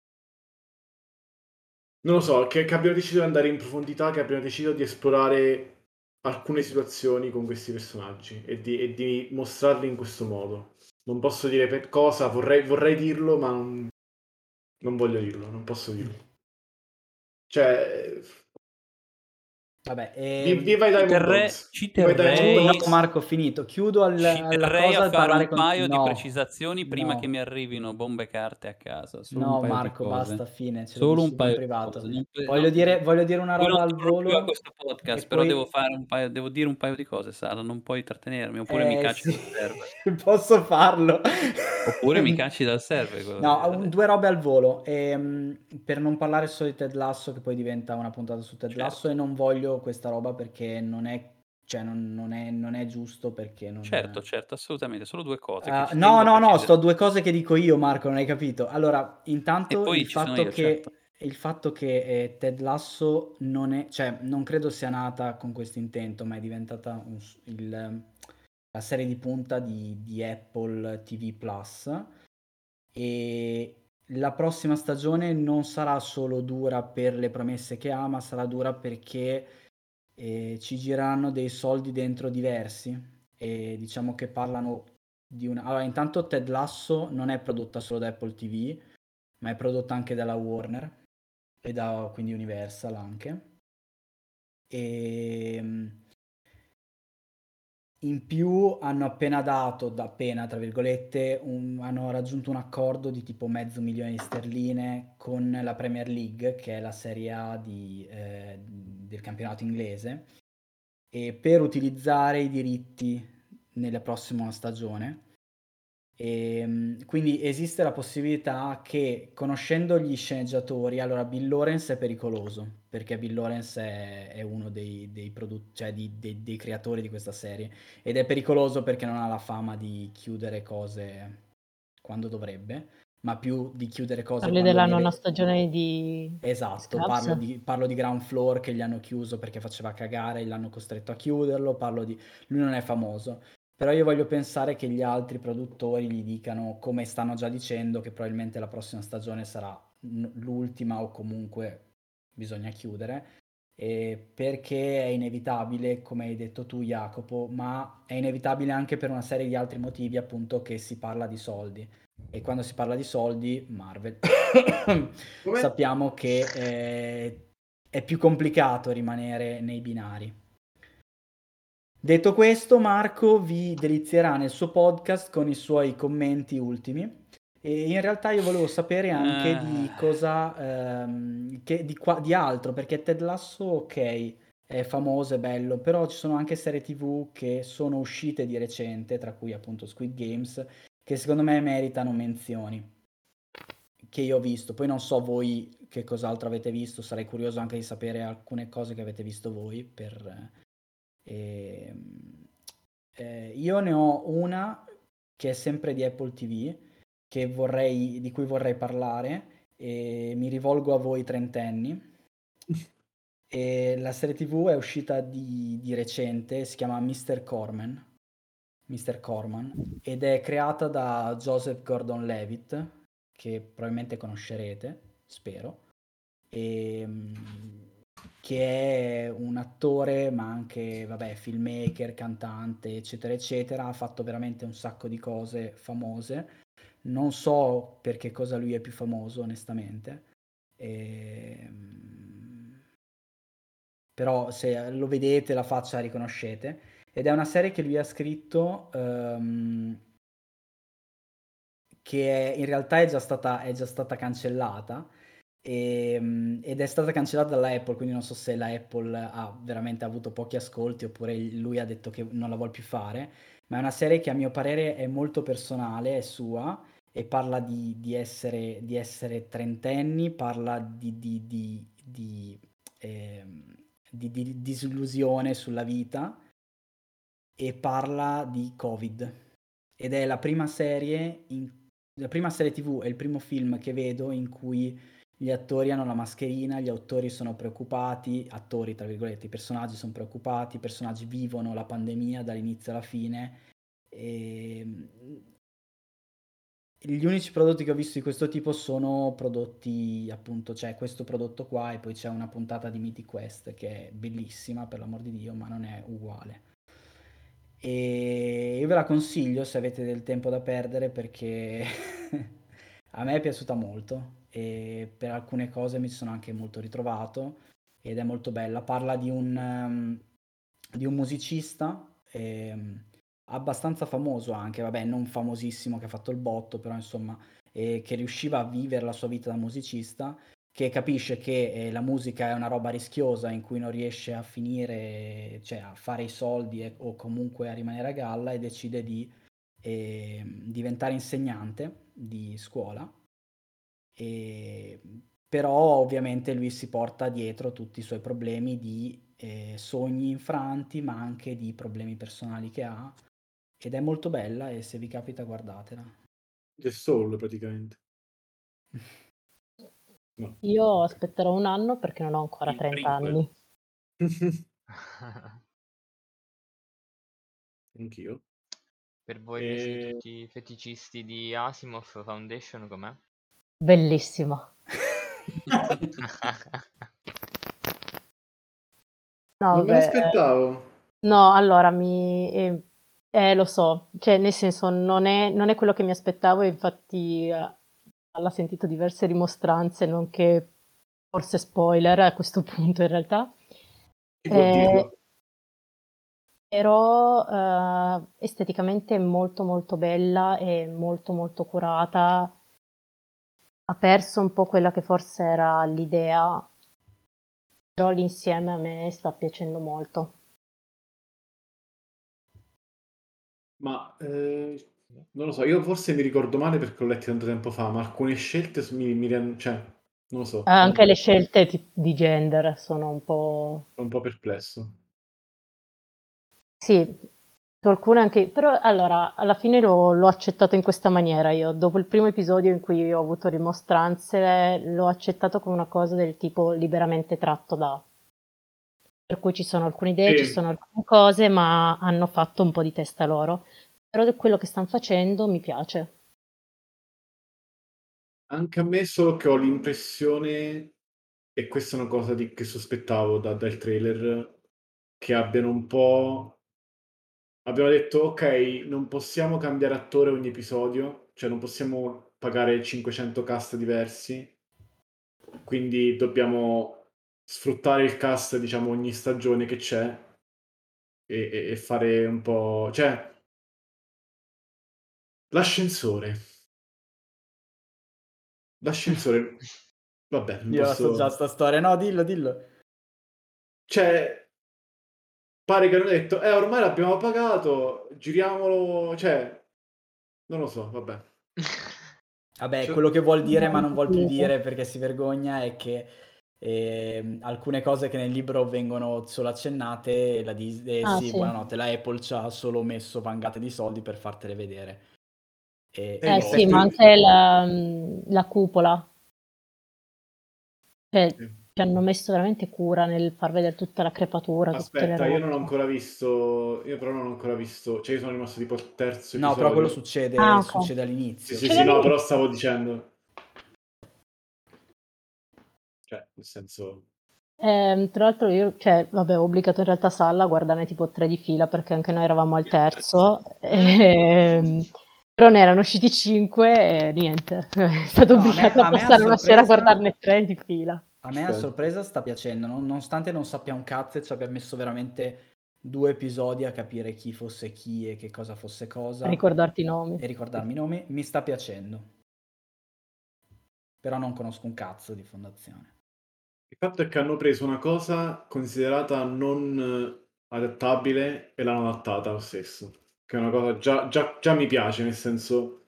Non lo so, che, che abbiano deciso di andare in profondità, che abbiano deciso di esplorare alcune situazioni con questi personaggi e di, e di mostrarli in questo modo. Non posso dire per cosa, vorrei, vorrei dirlo, ma non, non voglio dirlo, non posso dirlo. Cioè, Vabbè, vi- ehm, viva i Ci Diamond terrei, Dogs! ci Viva i Diamond chiudo, no terrei, Dogs! Marco, ho finito. Chiudo al- ci alla terrei cosa a al fare parlare un con... paio di No, precisazioni prima che mi no, arrivino bombe carte a casa. Solo un no, paio di Marco, cose. basta, fine, ce lo Solo dici un dopo in paio di privato. cose. Non, Voglio no, dire, voglio dire una poi non roba al torno più a volo questo e podcast, però devo poi... fare un paio, devo dire un paio di cose, Sara. Non puoi trattenermi, oppure mi Eh cacci sì, dal server. posso farlo. Oppure mi cacci dal server, quello che No, hai da un- dire. due robe al volo. Ehm, per non parlare solo di Ted Lasso, che poi diventa una puntata su Ted Lasso, Certo, e non voglio questa roba perché non è, cioè non, non è, non è giusto perché certo, non... certo, assolutamente. Solo due cose che Ah, ci no, tengo a no, no, sto a precisare. due cose che dico io, Marco, non hai capito. Allora, E intanto il poi ci sono fatto io, che, certo. il fatto che eh, Ted Lasso non è, cioè, non credo sia nata con questo intento, ma è diventata un s- il- la serie di punta di, di Apple T V Plus. E la prossima stagione non sarà solo dura per le promesse che ha, ma sarà dura perché eh, ci gireranno dei soldi dentro diversi. E diciamo che parlano di una... Allora, intanto Ted Lasso non è prodotta solo da Apple T V, ma è prodotta anche dalla Warner e da quindi Universal anche. E in più hanno appena dato, da appena tra virgolette, un- hanno raggiunto un accordo di tipo mezzo milione di sterline con la Premier League, che è la Serie A di, eh, del campionato inglese, e per utilizzare i diritti nella prossima stagione. E, quindi esiste la possibilità che, conoscendo gli sceneggiatori, allora Bill Lawrence è pericoloso, perché Bill Lawrence è, è uno dei, dei, produ- cioè di- dei- dei creatori di questa serie, ed è pericoloso perché non ha la fama di chiudere cose quando dovrebbe, ma più di chiudere cose Parli quando della nona deve... stagione di Esatto, Scrubs? parlo di, parlo di Ground Floor che gli hanno chiuso perché faceva cagare, l'hanno costretto a chiuderlo, parlo di... Lui non è famoso. Però io voglio pensare che gli altri produttori gli dicano, come stanno già dicendo, che probabilmente la prossima stagione sarà n- l'ultima o comunque bisogna chiudere, e perché è inevitabile, come hai detto tu Jacopo, ma è inevitabile anche per una serie di altri motivi, appunto che si parla di soldi. E quando si parla di soldi, Marvel, Come? sappiamo che eh, è più complicato rimanere nei binari. Detto questo, Marco vi delizierà nel suo podcast con i suoi commenti ultimi. E in realtà io volevo sapere anche di Ah, cosa, ehm, che, di, qua- di altro, perché Ted Lasso, ok, è famoso, è bello, però ci sono anche serie T V che sono uscite di recente, tra cui appunto Squid Games, che secondo me meritano menzioni, che io ho visto. Poi non so voi che cos'altro avete visto, sarei curioso anche di sapere alcune cose che avete visto voi per... eh, ehm, eh, io ne ho una che è sempre di Apple T V, che vorrei, di cui vorrei parlare, e mi rivolgo a voi trentenni. E la serie T V è uscita di, di recente, si chiama mister Corman, mister Corman, ed è creata da Joseph Gordon-Levitt, che probabilmente conoscerete, spero, e, mm, che è un attore, ma anche, vabbè, filmmaker, cantante, eccetera, eccetera. Ha fatto veramente un sacco di cose famose. Non so per che cosa lui è più famoso, onestamente. Ehm, Però se lo vedete la faccia la riconoscete. Ed è una serie che lui ha scritto, ehm, che è- in realtà è già stata, è già stata cancellata. Ehm, ed è stata cancellata dalla Apple, quindi non so se la Apple ha veramente avuto pochi ascolti oppure lui ha detto che non la vuole più fare, ma è una serie che a mio parere è molto personale, è sua, e parla di, di essere, di essere trentenni, parla di, di, di, di, ehm, di- di disillusione sulla vita e parla di Covid. Ed è la prima serie, in- la prima serie T V e il primo film che vedo in cui gli attori hanno la mascherina, gli autori sono preoccupati, attori tra virgolette, i personaggi sono preoccupati, i personaggi vivono la pandemia dall'inizio alla fine. E gli unici prodotti che ho visto di questo tipo sono prodotti, appunto, c'è questo prodotto qua e poi c'è una puntata di Mythic Quest che è bellissima, per l'amor di Dio, ma non è uguale. E io ve la consiglio se avete del tempo da perdere perché a me è piaciuta molto e per alcune cose mi sono anche molto ritrovato ed è molto bella. Parla di un, um, di un musicista ehm, abbastanza famoso anche, vabbè, non famosissimo che ha fatto il botto, però insomma, eh, che riusciva a vivere la sua vita da musicista, che capisce che eh, la musica è una roba rischiosa in cui non riesce a finire, cioè a fare i soldi e- o comunque a rimanere a galla e decide di eh, diventare insegnante di scuola. E, però ovviamente lui si porta dietro tutti i suoi problemi di eh, sogni infranti, ma anche di problemi personali che ha. Ed è molto bella e se vi capita guardatela. The Soul, praticamente. No. Io Ok. aspetterò un anno perché non ho ancora il trenta prequel. anni. Anch'io. Per voi invece E... tutti feticisti di Asimov Foundation com'è? Bellissima. No, Non me vabbè, l'aspettavo. no, allora mi... Eh, eh, lo so, cioè nel senso non è, non è quello che mi aspettavo e infatti eh, l'ha sentito diverse dimostranze, nonché forse spoiler a questo punto in realtà. Chi può Eh, dirlo? però eh, esteticamente è molto molto bella e molto molto curata. Ha perso un po' quella che forse era l'idea, però l'insieme a me sta piacendo molto. Ma eh, non lo so, io forse mi ricordo male perché l'ho letto tanto tempo fa, ma alcune scelte s- mi, mi ren- cioè, non lo so, sono un Anche le po', scelte ti- di gender sono un po'... sono un po' perplesso. Sì, su alcune anche... Però allora, alla fine l'ho, l'ho accettato in questa maniera io. Dopo il primo episodio in cui ho avuto rimostranze, l'ho accettato come una cosa del tipo liberamente tratto da... per cui ci sono alcune idee, ci Sì. sono alcune cose, ma hanno fatto un po' di testa loro. Però di quello che stanno facendo mi piace. Anche a me, solo che ho l'impressione, e questa è una cosa di che sospettavo da dal trailer, che abbiano un po' abbiano detto: "Okay, non possiamo cambiare attore ogni episodio, cioè non possiamo pagare cinquecento cast diversi, quindi dobbiamo sfruttare il cast, diciamo, ogni stagione che c'è e e e fare un po' cioè l'ascensore. L'ascensore vabbè, non Io la so già posso sta storia. No, dillo, dillo. cioè pare che hanno detto: "Eh, ormai l'abbiamo pagato, giriamolo", cioè non lo so, vabbè. Vabbè, Cioè, quello che vuol dire, ma Non non vuol più capito. dire perché si vergogna, è che ehm, alcune cose che nel libro vengono solo accennate, la Disney, Ah, sì, sì. buonanotte, la Apple ci ha solo messo vangate di soldi per fartele vedere. E, Eh Eh e no, sì, ma questo... perché anche la, mh, la cupola. Cioè, sì. ci hanno messo veramente cura nel far vedere tutta la crepatura, tutte le Aspetta, io non ho robe. ancora visto io però non ho ancora visto cioè io sono rimasto tipo al terzo No, però quello episodio. succede, Ah, ok. succede Sì, all'inizio. sì, C'è sì, no, dall'inizio. però stavo dicendo cioè, nel senso Ehm, tra l'altro io, cioè, vabbè, ho obbligato in realtà Salla a guardarne tipo tre di fila perché anche noi eravamo al terzo, ehm, però ne erano usciti cinque e niente, è stato No, a me, obbligato a a me a passare una sera a sorpresa, guardarne tre di fila. a me a perfetto. sorpresa sta piacendo, non- nonostante non sappia un cazzo e ci abbia messo veramente due episodi a capire chi fosse chi e che cosa fosse A cosa ricordarti i nomi. e ricordarmi i nomi, mi sta piacendo. Però non conosco un cazzo di Fondazione. Il fatto è che hanno preso una cosa considerata non adattabile e l'hanno adattata lo stesso, che è una cosa già già già mi piace, nel senso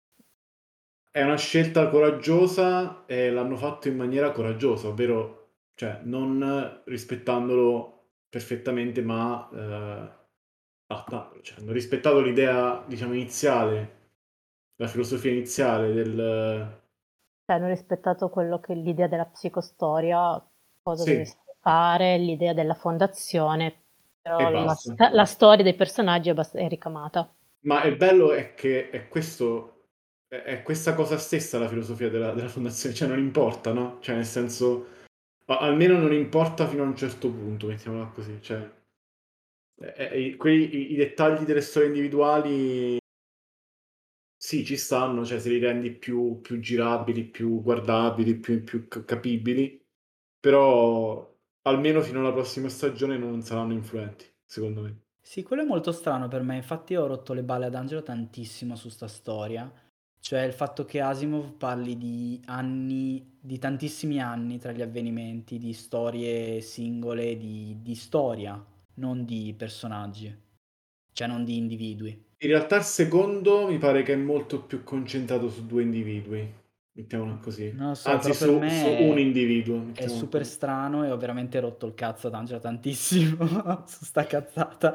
è una scelta coraggiosa e l'hanno fatto in maniera coraggiosa, ovvero, cioè, non rispettandolo perfettamente, ma eh, adattandolo. Cioè, hanno rispettato l'idea, diciamo, iniziale, la filosofia iniziale del... Cioè, hanno rispettato quello che è l'idea della psicostoria, cosa Sì, dovesse fare, l'idea della fondazione, e però la, basta. sta- la storia dei personaggi è, abbast- è ricamata. Ma il bello è che è questo, è, è questa cosa stessa la filosofia della, della fondazione, cioè non importa, no? Cioè, nel senso, a- almeno non importa fino a un certo punto, mettiamola così, cioè... Eh, eh, quei, i, i dettagli delle storie individuali sì, ci stanno, cioè se li rendi più, più girabili, più guardabili, più, più c- capibili, però almeno fino alla prossima stagione non saranno influenti, secondo me. Sì, quello è molto strano per me, infatti ho rotto le balle ad Angelo tantissimo su sta storia, cioè il fatto che Asimov parli di anni, di tantissimi anni tra gli avvenimenti, di storie singole, di, di storia, non di personaggi, cioè non di individui. In realtà il secondo mi pare che è molto più concentrato su due individui, mettiamola così. Non lo so, Anzi, però per su, su un me individuo, è, è mettiamola super così. strano e ho veramente rotto il cazzo ad Angelo tantissimo su sta cazzata.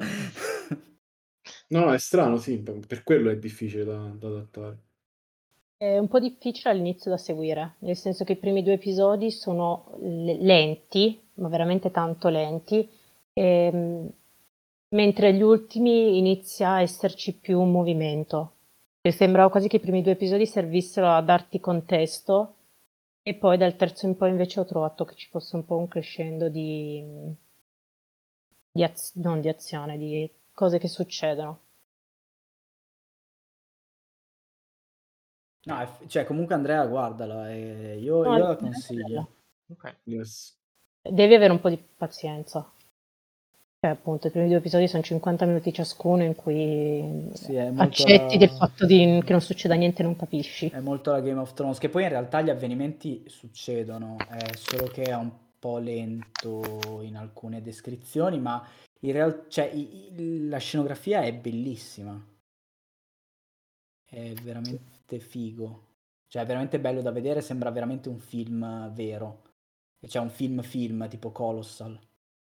No, no, è strano, sì, per per quello è difficile da, da adattare. È un po' difficile all'inizio da seguire, nel senso che i primi due episodi sono le- lenti, ma veramente tanto lenti, ehm, mentre gli ultimi inizia a esserci più un movimento. E sembrava quasi che i primi due episodi servissero a darti contesto e poi dal terzo in poi invece ho trovato che ci fosse un po' un crescendo di, di az- non di azione, di cose che succedono. No, è- cioè comunque Andrea guardala, eh, io, No, è io la veramente bella. consiglio. Ok. Yes. Devi avere un po' di pazienza. Cioè, appunto, i primi due episodi sono cinquanta minuti ciascuno in cui Sì, è molto accetti del la... fatto di- che non succeda niente e non capisci. è molto la Game of Thrones, che poi in realtà gli avvenimenti succedono, è solo che è un po' lento in alcune descrizioni, ma in realtà, cioè, i- i- la scenografia è bellissima, è veramente figo, cioè è veramente bello da vedere, sembra veramente un film vero, cioè un film film tipo Colossal.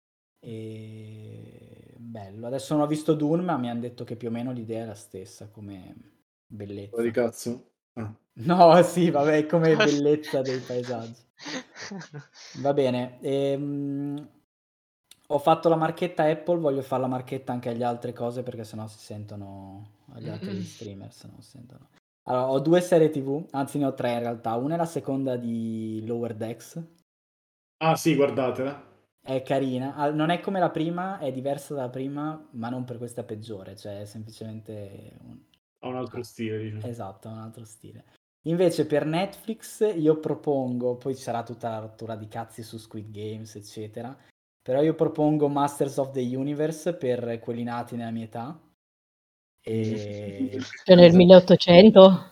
E bello. Adesso non ho visto Dune, ma mi hanno detto che più o meno l'idea è la stessa come Ma di bellezza. cazzo? Ah. No, sì, vabbè, come bellezza dei paesaggi. Va bene. ehm, ho fatto la marchetta Apple, voglio fare la marchetta anche agli altre cose perché sennò si sentono agli altri streamer, se no si sentono. Allora, ho due serie tivù, anzi ne ho tre in realtà. Una è la seconda di Lower Decks, Ah sì, guardatela. è carina. Ah, non è come la prima, è diversa dalla prima, ma non per questa peggiore, cioè è semplicemente un... Ha un altro stile, diciamo. Esatto, un altro stile. Invece per Netflix io propongo, poi ci sarà tutta la rottura di cazzi su Squid Games, eccetera, però io propongo Masters of the Universe per quelli nati nella mia età. E... Cioè nel milleottocento?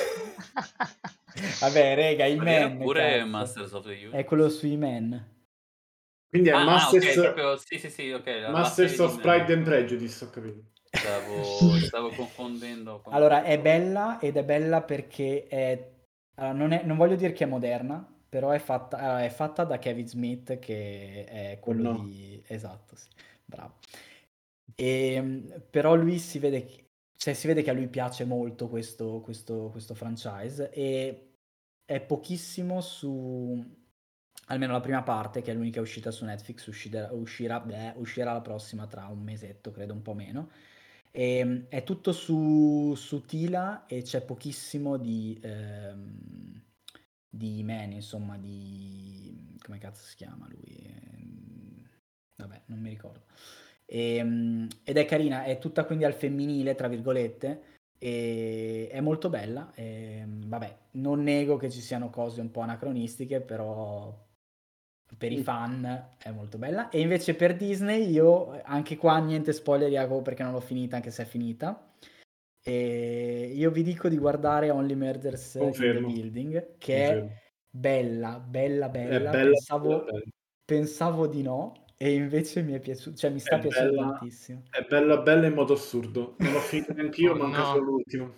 Vabbè, rega, i Qual era men, pure cazzo. Masters of the Universe? È quello sui men. Quindi è Ah, ah, Masters, ok, proprio, sì, sì, sì, ok, la, la Masters serie di of me. Pride and Prejudice, ho capito. Stavo, stavo confondendo. con Allora, è tutto. bella ed è bella perché è... allora, non, è- non voglio dire che è moderna, però è fatta, allora, è fatta da Kevin Smith, che è quello no. di... Esatto, sì, bravo. E, però lui si vede che, cioè, si vede che a lui piace molto questo, questo, questo franchise e è pochissimo su... almeno la prima parte, che è l'unica uscita su Netflix, uscirà, uscirà, beh, uscirà la prossima tra un mesetto, credo un po' meno. E, è tutto su, su Tila e c'è pochissimo di, ehm, di man, insomma, di... come cazzo si chiama lui? Ehm, Vabbè, non mi ricordo. Ehm, ed è carina, è tutta quindi al femminile, tra virgolette, e è molto bella. E, vabbè, non nego che ci siano cose un po' anacronistiche, però per i fan è molto bella. E invece per Disney io, anche qua niente spoiler, Jacopo, perché non l'ho finita, anche se è finita. E io vi dico di guardare Only Murders in the Confermo. Building, che Confermo. è bella, bella, È bella. bella, Pensavo, bella, bella. pensavo di no, e invece mi è piaciuto, cioè mi sta È piacendo bella, tantissimo. è bella, bella in modo assurdo. Non l'ho finito neanch'io, Oh manca no. solo l'ultimo.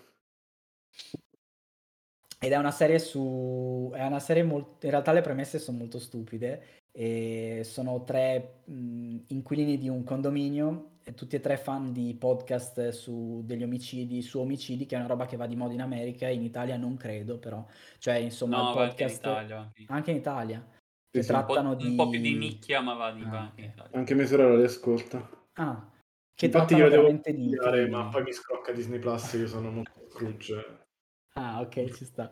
Ed è una serie su... è una serie molto... in realtà le premesse sono molto stupide. E sono tre mh, inquilini di un condominio, e tutti e tre fan di podcast su degli omicidi, su omicidi, che è una roba che va di moda in America, in Italia non credo, però. Cioè, insomma, il No, va anche in podcast... Italia. va Anche in anche in Italia, che Sì, sì. Un po', trattano un po' più di di... nicchia, ma va, di- va ah, anche in ok. Italia. Anche mia sorella li ascolta. Ah, che Infatti io trattano devo veramente di consigliare, ma crimini. poi mi scrocca Disney Plus, io sono molto Scrooge. Ah, ok, ci sta.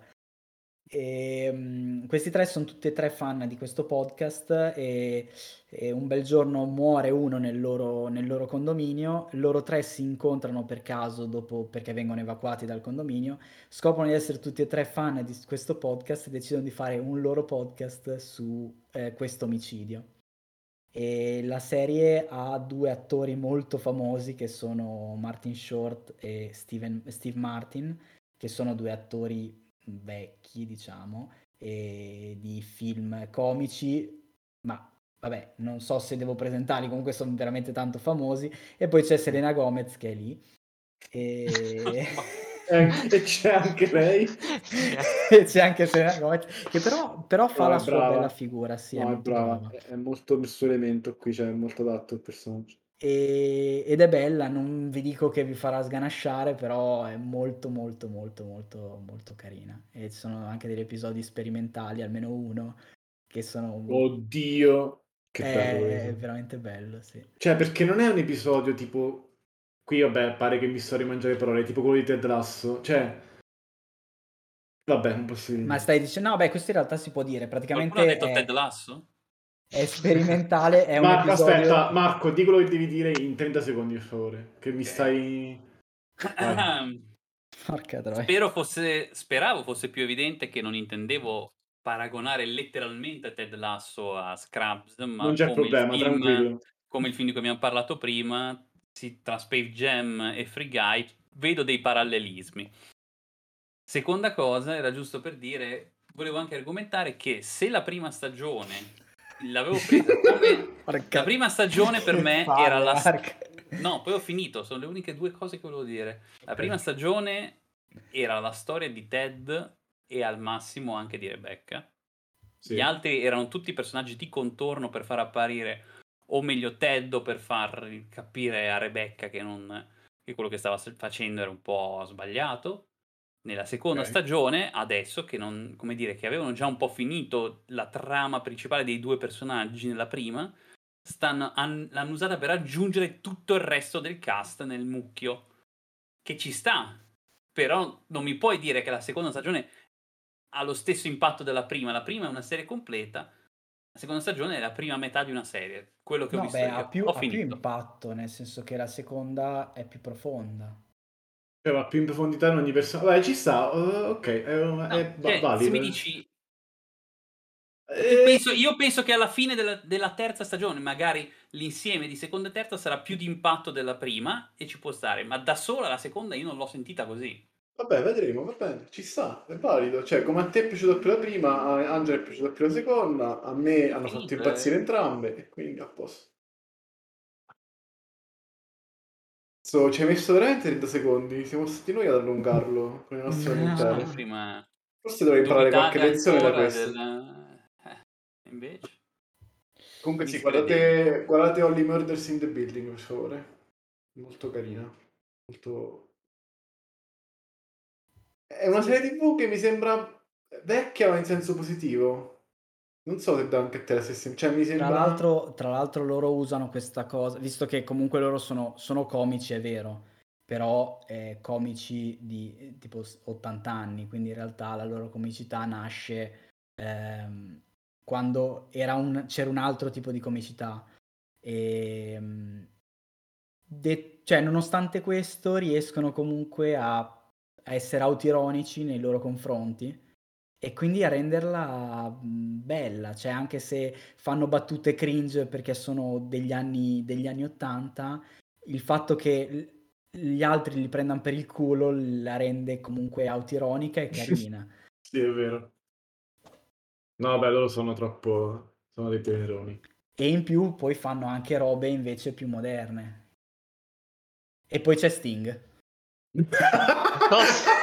E, mm, questi tre sono tutti e tre fan di questo podcast e, e un bel giorno muore uno nel loro, nel loro condominio, loro tre si incontrano per caso dopo perché vengono evacuati dal condominio, scoprono di essere tutti e tre fan di questo podcast e decidono di fare un loro podcast su eh, questo omicidio. E la serie ha due attori molto famosi che sono Martin Short e Steven, Steve Martin, che sono due attori vecchi, diciamo, e di film comici, ma vabbè, non so se devo presentarli, comunque sono veramente tanto famosi. E poi c'è Selena Gomez che è lì. E... E c'è anche lei. e c'è anche Selena Gomez, che però, però fa No, la è sua bella brava. figura, sì, è No, è molto brava. brava. È, è molto il suo elemento qui, cioè è molto adatto al personaggio. E- ed è bella, non vi dico che vi farà sganasciare, però è molto molto molto molto molto carina. E ci sono anche degli episodi sperimentali, almeno uno, che sono... Oddio, che bello è, è questo. veramente bello, sì. Cioè, perché non è un episodio tipo... Qui, vabbè, pare che mi sto a rimangiare le parole, tipo quello di Ted Lasso. Cioè, vabbè, non posso dire Ma niente. stai dicendo... No, beh, questo in realtà si può dire, Qualcuno ha praticamente detto Ted è, Lasso? è sperimentale, è un Marco, aspetta, episodio... Marco, di quello che devi dire in trenta secondi, per favore. Che mi stai... Vai. Porca troia. Spero fosse, speravo fosse più evidente che non intendevo paragonare letteralmente Ted Lasso a Scrubs, Non ma c'è come il problema, film, tranquillo. come il film di cui abbiamo parlato prima, si- tra Space Jam e Free Guy, vedo dei parallelismi. Seconda cosa, era giusto per dire, volevo anche argomentare che se la prima stagione l'avevo presa come... Porca- La prima stagione per che me palle, era la... Marco. No, poi ho finito, sono le uniche due cose che volevo dire. La Ok. prima stagione era la storia di Ted e al massimo anche di Rebecca. Sì. Gli altri erano tutti personaggi di contorno per far apparire, o meglio Ted, o per far capire a Rebecca che, non, che quello che stava facendo era un po' sbagliato. Nella seconda Ok. stagione, adesso che non, come dire, che avevano già un po' finito la trama principale dei due personaggi nella prima, stanno, han- l'hanno usata per aggiungere tutto il resto del cast nel mucchio, che ci sta, però non mi puoi dire che la seconda stagione ha lo stesso impatto della prima. La prima è una serie completa, la seconda stagione è la prima metà di una serie, quello che ho No, visto beh, ha io. più, Ho ha più finito. impatto, nel senso che la seconda è più profonda. Cioè, va più in profondità in ogni persona. Vabbè, ci sta, eh, ok, è, No, è va- cioè, se mi valido. dici, io Eh, penso, io penso che alla fine della, della terza stagione, magari l'insieme di seconda e terza sarà più di impatto della prima e ci può stare, ma da sola la seconda io non l'ho sentita così. vabbè, vedremo, va bene, ci sta, è valido. Cioè, come a te è piaciuta più la prima, a Angela è piaciuta più la seconda, a me hanno fatto Finito, impazzire eh. entrambe, e quindi a posto. So, ci hai messo veramente trenta secondi, siamo stati noi ad allungarlo con le nostre Eh, No. lamentele. prima Forse dovrei imparare qualche dubitate lezione da ancora questo. del... Eh, invece... Comunque sì, Miscredenti. guardate, guardate Only Murders in the Building, per favore. Molto carina. Molto... È una Sì. serie tivù che mi sembra vecchia ma in senso positivo. Non so se dà anche a te la stessa... Cioè, mi Tra sembra... l'altro, tra l'altro loro usano questa cosa, visto che comunque loro sono, sono comici, è vero, però eh, comici di eh, tipo s- ottanta anni, quindi in realtà la loro comicità nasce ehm, quando era un- c'era un altro tipo di comicità. E, mm, de- cioè, nonostante questo, riescono comunque a, a essere autironici nei loro confronti e quindi a renderla mh, bella, cioè anche se fanno battute cringe perché sono degli anni, degli anni ottanta, il fatto che l- gli altri li prendano per il culo la rende comunque autironica e carina. Sì, è vero. No, beh, loro sono troppo... sono dei teneroni. E in più poi fanno anche robe invece più moderne. E poi c'è Sting. Cosa?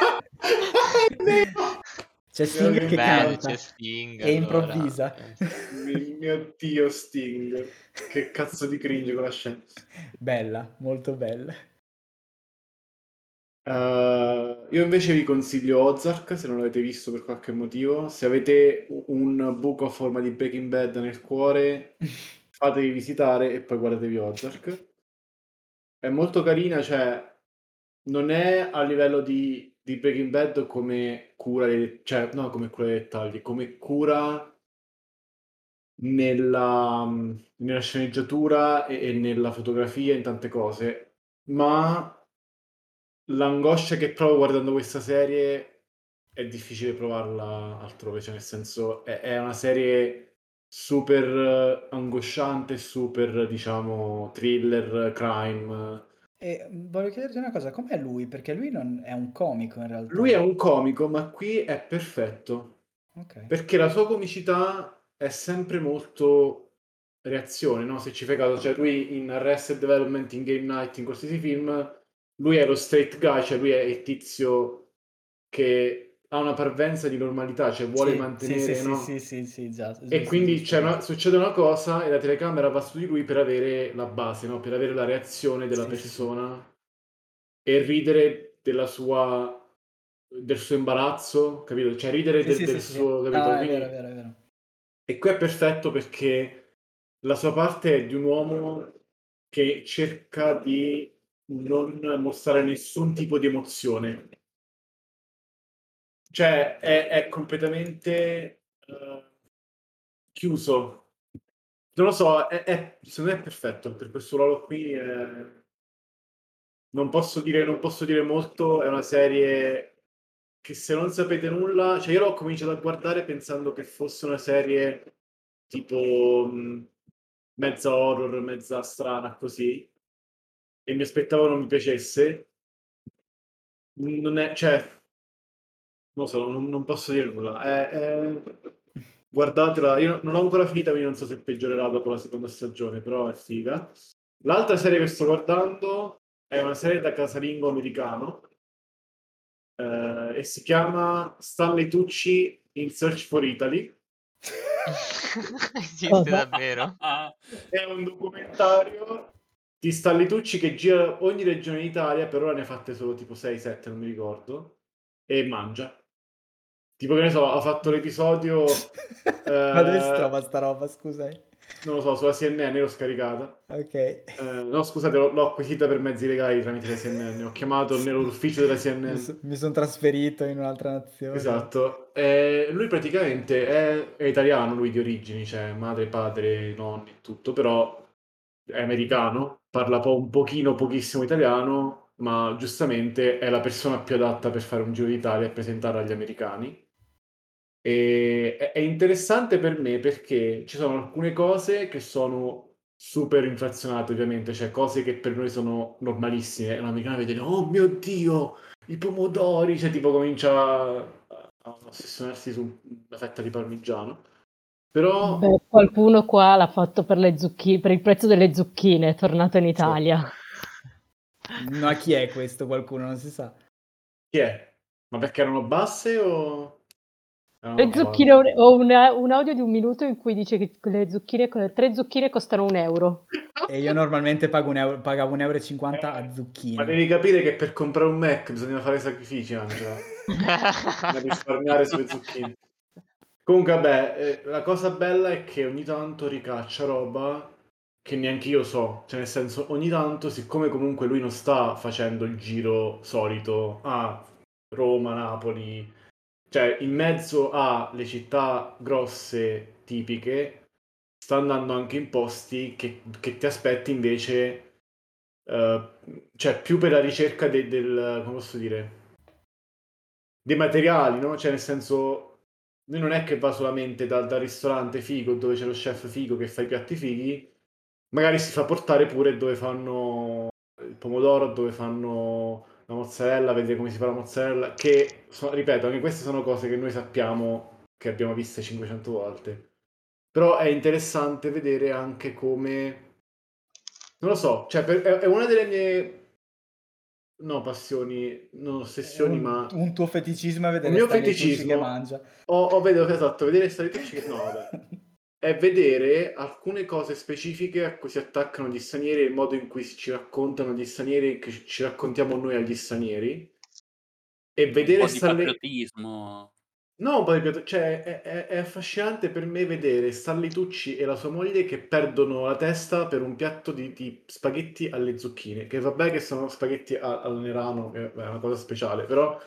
C'è Sting che Bene, canta c'è Sting e allora. improvvisa. Eh, Mi- mio Dio, Sting. Che cazzo di cringe quella scena. Bella, molto bella. Uh, io invece vi consiglio Ozark se non l'avete visto per qualche motivo. Se avete un buco a forma di Breaking Bad nel cuore, fatevi visitare e poi guardatevi Ozark. È molto carina, cioè non è a livello di, di Breaking Bad come cura, dei- cioè no, come cura dei dettagli, come cura nella, nella sceneggiatura e, e nella fotografia, in tante cose, ma l'angoscia che provo guardando questa serie è difficile provarla altrove, cioè nel senso è, è una serie super eh, angosciante, super diciamo thriller, crime. E voglio chiederti una cosa, com'è lui? Perché lui non è un comico in Lui è realtà. un comico, ma qui è perfetto, Ok. perché la sua comicità è sempre molto reazione, no? Se ci fai caso, cioè lui in Arrested Development, in Game Night, in qualsiasi film, lui è lo straight guy, cioè lui è il tizio che ha una parvenza di normalità, cioè vuole Sì, sì, sì, mantenere, sì, sì, no? sì, sì, già, E giusto, quindi giusto, c'è una- giusto. succede una cosa e la telecamera va su di lui per avere la base, no? Per avere la reazione della Sì, sì, sì. persona e ridere della sua del suo imbarazzo, capito? Cioè ridere Sì, del, sì, del sì, sì, sì. suo, capito? No, è vero, è Quindi vero, è vero. e qui è perfetto perché la sua parte è di un uomo che cerca di non mostrare nessun tipo di emozione. Cioè, è, è completamente eh, chiuso. Non lo so, è, è- secondo me è perfetto per questo ruolo qui. è- Non posso dire, non posso dire molto, è una serie che se non sapete nulla, cioè io l'ho cominciato a guardare pensando che fosse una serie tipo mh, mezza horror, mezza strana, così, e mi aspettavo non mi piacesse. Non è, cioè, non lo so, non, non posso dire nulla. È- è- Guardatela, io non l'ho ancora finita, quindi non so se peggiorerà dopo la seconda stagione, però è figa. L'altra serie che sto guardando è una serie da casalingo americano eh, e si chiama Stanley Tucci in Search for Italy. Esiste Cosa? davvero? È un documentario di Stanley Tucci che gira ogni regione d'Italia, per ora ne ha fatte solo tipo sei sette, non mi ricordo, e mangia. Tipo che ne so, ha fatto l'episodio... Ma dove si eh, trova sta roba, scusa? non lo so, sulla C N N l'ho scaricata. Ok. Eh, no, scusate, l'ho, l'ho acquisita per mezzi legali tramite la C N N. Ho chiamato nell'ufficio della Mi, C N N. so- mi sono trasferito in un'altra nazione. Esatto. Eh, lui praticamente è, è italiano, lui di origini, cioè madre, padre, nonni, tutto, però è americano, parla po- un pochino, pochissimo italiano, ma giustamente è la persona più adatta per fare un giro d'Italia e presentarla agli americani. E è, è interessante per me perché ci sono alcune cose che sono super inflazionate, ovviamente, cioè cose che per noi sono normalissime. E un americano vede, oh mio Dio, i pomodori, cioè tipo comincia a, a ossessionarsi su una fetta di parmigiano. Però Beh, qualcuno qua l'ha fatto per le zucchine, per il prezzo delle zucchine, è tornato in sì. Italia. Ma chi è questo qualcuno? Non si sa. Chi è? Ma perché erano basse o erano Le zucchine, calate? ho una- un audio di un minuto in cui dice che le zucchine, tre zucchine costano un euro. E io normalmente pago un euro, pagavo un euro e cinquanta a Eh, zucchine. ma devi capire che per comprare un Mac bisogna fare sacrifici, Angela. Da risparmiare sulle zucchine. Comunque, vabbè, eh, la cosa bella è che ogni tanto ricaccia roba che neanche io so. Cioè, nel senso, ogni tanto, siccome comunque lui non sta facendo il giro solito a Roma, Napoli, cioè in mezzo alle città grosse tipiche, sta andando anche in posti che, che ti aspetti invece, eh, cioè più per la ricerca de- del, come posso dire, dei materiali, no? Cioè nel senso, lui non è che va solamente dal, dal ristorante figo dove c'è lo chef figo che fa i piatti fighi, magari si fa portare pure dove fanno il pomodoro, dove fanno la mozzarella, vedere come si fa la mozzarella, che, so- ripeto, anche queste sono cose che noi sappiamo, che abbiamo viste cinquecento volte. Però è interessante vedere anche come... Non lo so, cioè per- è, è una delle mie... No, passioni, non È ossessioni, un, ma... un tuo feticismo è Un vedere mio Stanley Tucci che feticismo, mangia. ho, ho vedo, esatto, vedere Stanley Tucci che... No, vabbè. È vedere alcune cose specifiche a cui si attaccano gli stranieri e il modo in cui ci raccontano gli stranieri e che ci raccontiamo noi agli stranieri. E Un vedere po' di Stanley... patriottismo. No, poi ripeto, cioè, è, è- è affascinante per me vedere Stanley Tucci e la sua moglie che perdono la testa per un piatto di, di spaghetti alle zucchine. Che vabbè che sono spaghetti a- al nerano, che è una cosa speciale, però...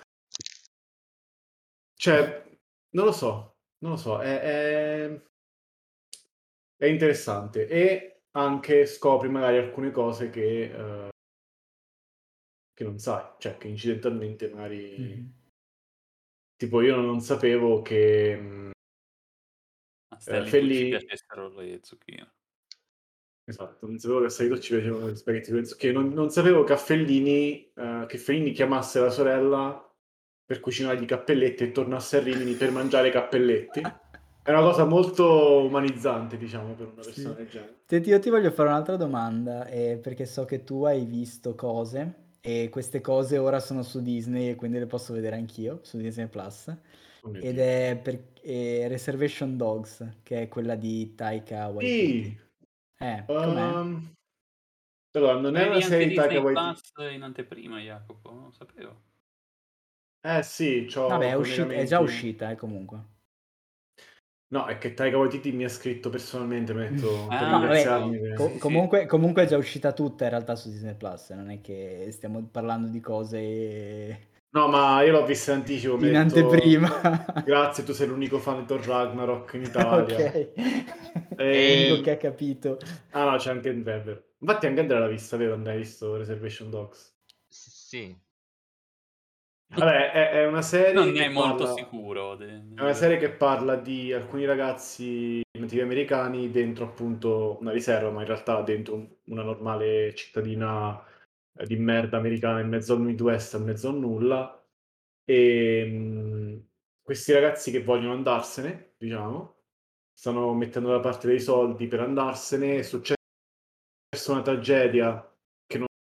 Cioè, non lo so, non lo so, è, è- è interessante. E anche scopri magari alcune cose che, eh, che non sai, cioè che incidentalmente magari... Mhm. Tipo io non sapevo che... mh, A eh, Stanley Tucci Felli... piacessero le zucchine. Esatto, non sapevo che a Stanley Tucci piacevano gli spaghetti con le zucchine. Non, non sapevo che a Fellini, eh, che Fellini chiamasse la sorella per cucinargli i cappelletti e tornasse a Rimini per mangiare i cappelletti. È una cosa molto umanizzante, diciamo, per una persona Sì. del genere. Senti, io ti voglio fare un'altra domanda, eh, perché so che tu hai visto cose e queste cose ora sono su Disney e quindi le posso vedere anch'io su Disney Plus. Oh mio Ed Dio. è per, è Reservation Dogs, che è quella di Taika Sì, Waititi. Eh, com'è? ehm, allora, non è una Avevi anche serie di Taika Disney Waititi. Plus in anteprima, Jacopo? Non lo sapevo. Eh sì, Vabbè, c'ho è uscita, è già collegamenti. uscita, eh, comunque. No, è che Taika Waititi mi ha scritto personalmente, mi ha detto per No, vabbè, Ah, ringraziarmi. che- co- sì, sì. comunque, comunque è già uscita tutta in realtà su Disney Plus, non è che stiamo parlando di cose No, ma io l'ho vista in anticipo, mi ha in detto anteprima. grazie, tu sei l'unico fan di Thor Ragnarok in Italia. Ok, l'unico E... che ha capito. Ah no, c'è anche Andrea. Infatti anche Andrea l'ha vista, vero? Andrea hai visto Reservation Dogs. S- Sì, Vabbè, è, è una Non serie ne che è molto parla... sicuro de- È della una serie che verità. parla di alcuni ragazzi nativi americani dentro appunto una riserva, ma in realtà dentro un- una normale cittadina eh, di merda americana in mezzo al Midwest, in mezzo a nulla. E mh, questi ragazzi che vogliono andarsene, diciamo, stanno mettendo da parte dei soldi per andarsene. È successa una tragedia che non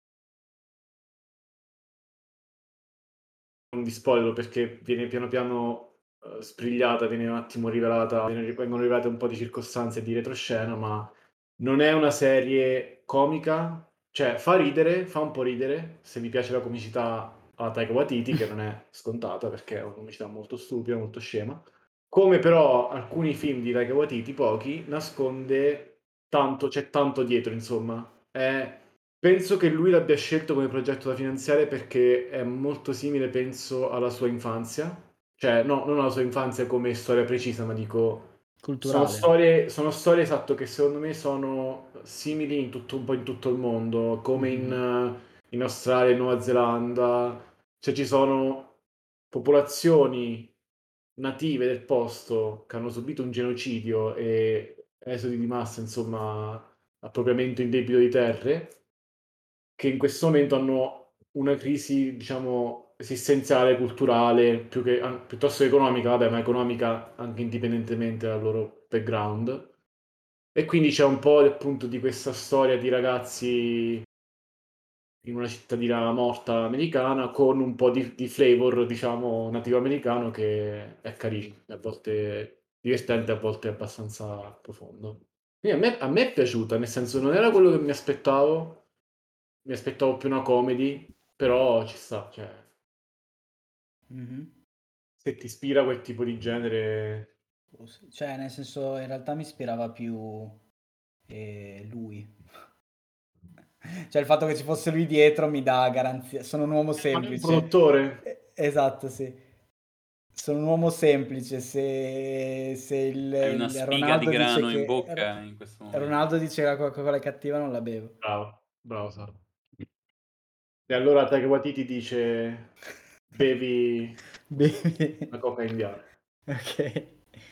non vi spoiler perché viene piano piano eh, sbrigliata, viene un attimo rivelata, viene- vengono rivelate un po' di circostanze di retroscena, ma non è una serie comica, cioè fa ridere, fa un po' ridere, se vi piace la comicità a Taika Waititi, che non è scontata perché è una comicità molto stupida, molto scema. Come però alcuni film di Taika Waititi, pochi, nasconde tanto, c'è tanto dietro, insomma. È- penso che lui l'abbia scelto come progetto da finanziare perché è molto simile, penso, alla sua infanzia. Cioè, no, non alla sua infanzia come storia precisa, ma dico... Sono Culturale. storie, sono storie esatto che secondo me sono simili in tutto, un po' in tutto il mondo, come in, Mhm. eh, in Australia, in Nuova Zelanda, cioè ci sono popolazioni native del posto che hanno subito un genocidio e esodi di massa, insomma, appropriamento indebito di terre, che in questo momento hanno una crisi, diciamo, esistenziale, culturale, più che, an- piuttosto che economica, vabbè, ma economica anche indipendentemente dal loro background. E quindi c'è un po' appunto di questa storia di ragazzi in una cittadina morta americana con un po' di, di flavor, diciamo, nativo americano che è carino, a volte divertente, a volte abbastanza profondo. Quindi a me, a me è piaciuta, nel senso non era quello che mi aspettavo, mi aspettavo più una comedy, però ci sta, cioè, Mhm. se ti ispira quel tipo di genere... Cioè, nel senso, in realtà mi ispirava più eh, lui. Cioè, il fatto che ci fosse lui dietro mi dà garanzia. Sono un uomo Ma è un semplice. produttore? Eh, Esatto, sì. Sono un uomo semplice. Se, se il, Hai una il spiga di Ronaldo dice grano in che bocca in questo momento. Ronaldo dice che la Coca-Cola è cattiva, non la bevo. Bravo, bravo Sara. E allora Taika Waititi dice bevi Bevi. la coca indiana. Ok.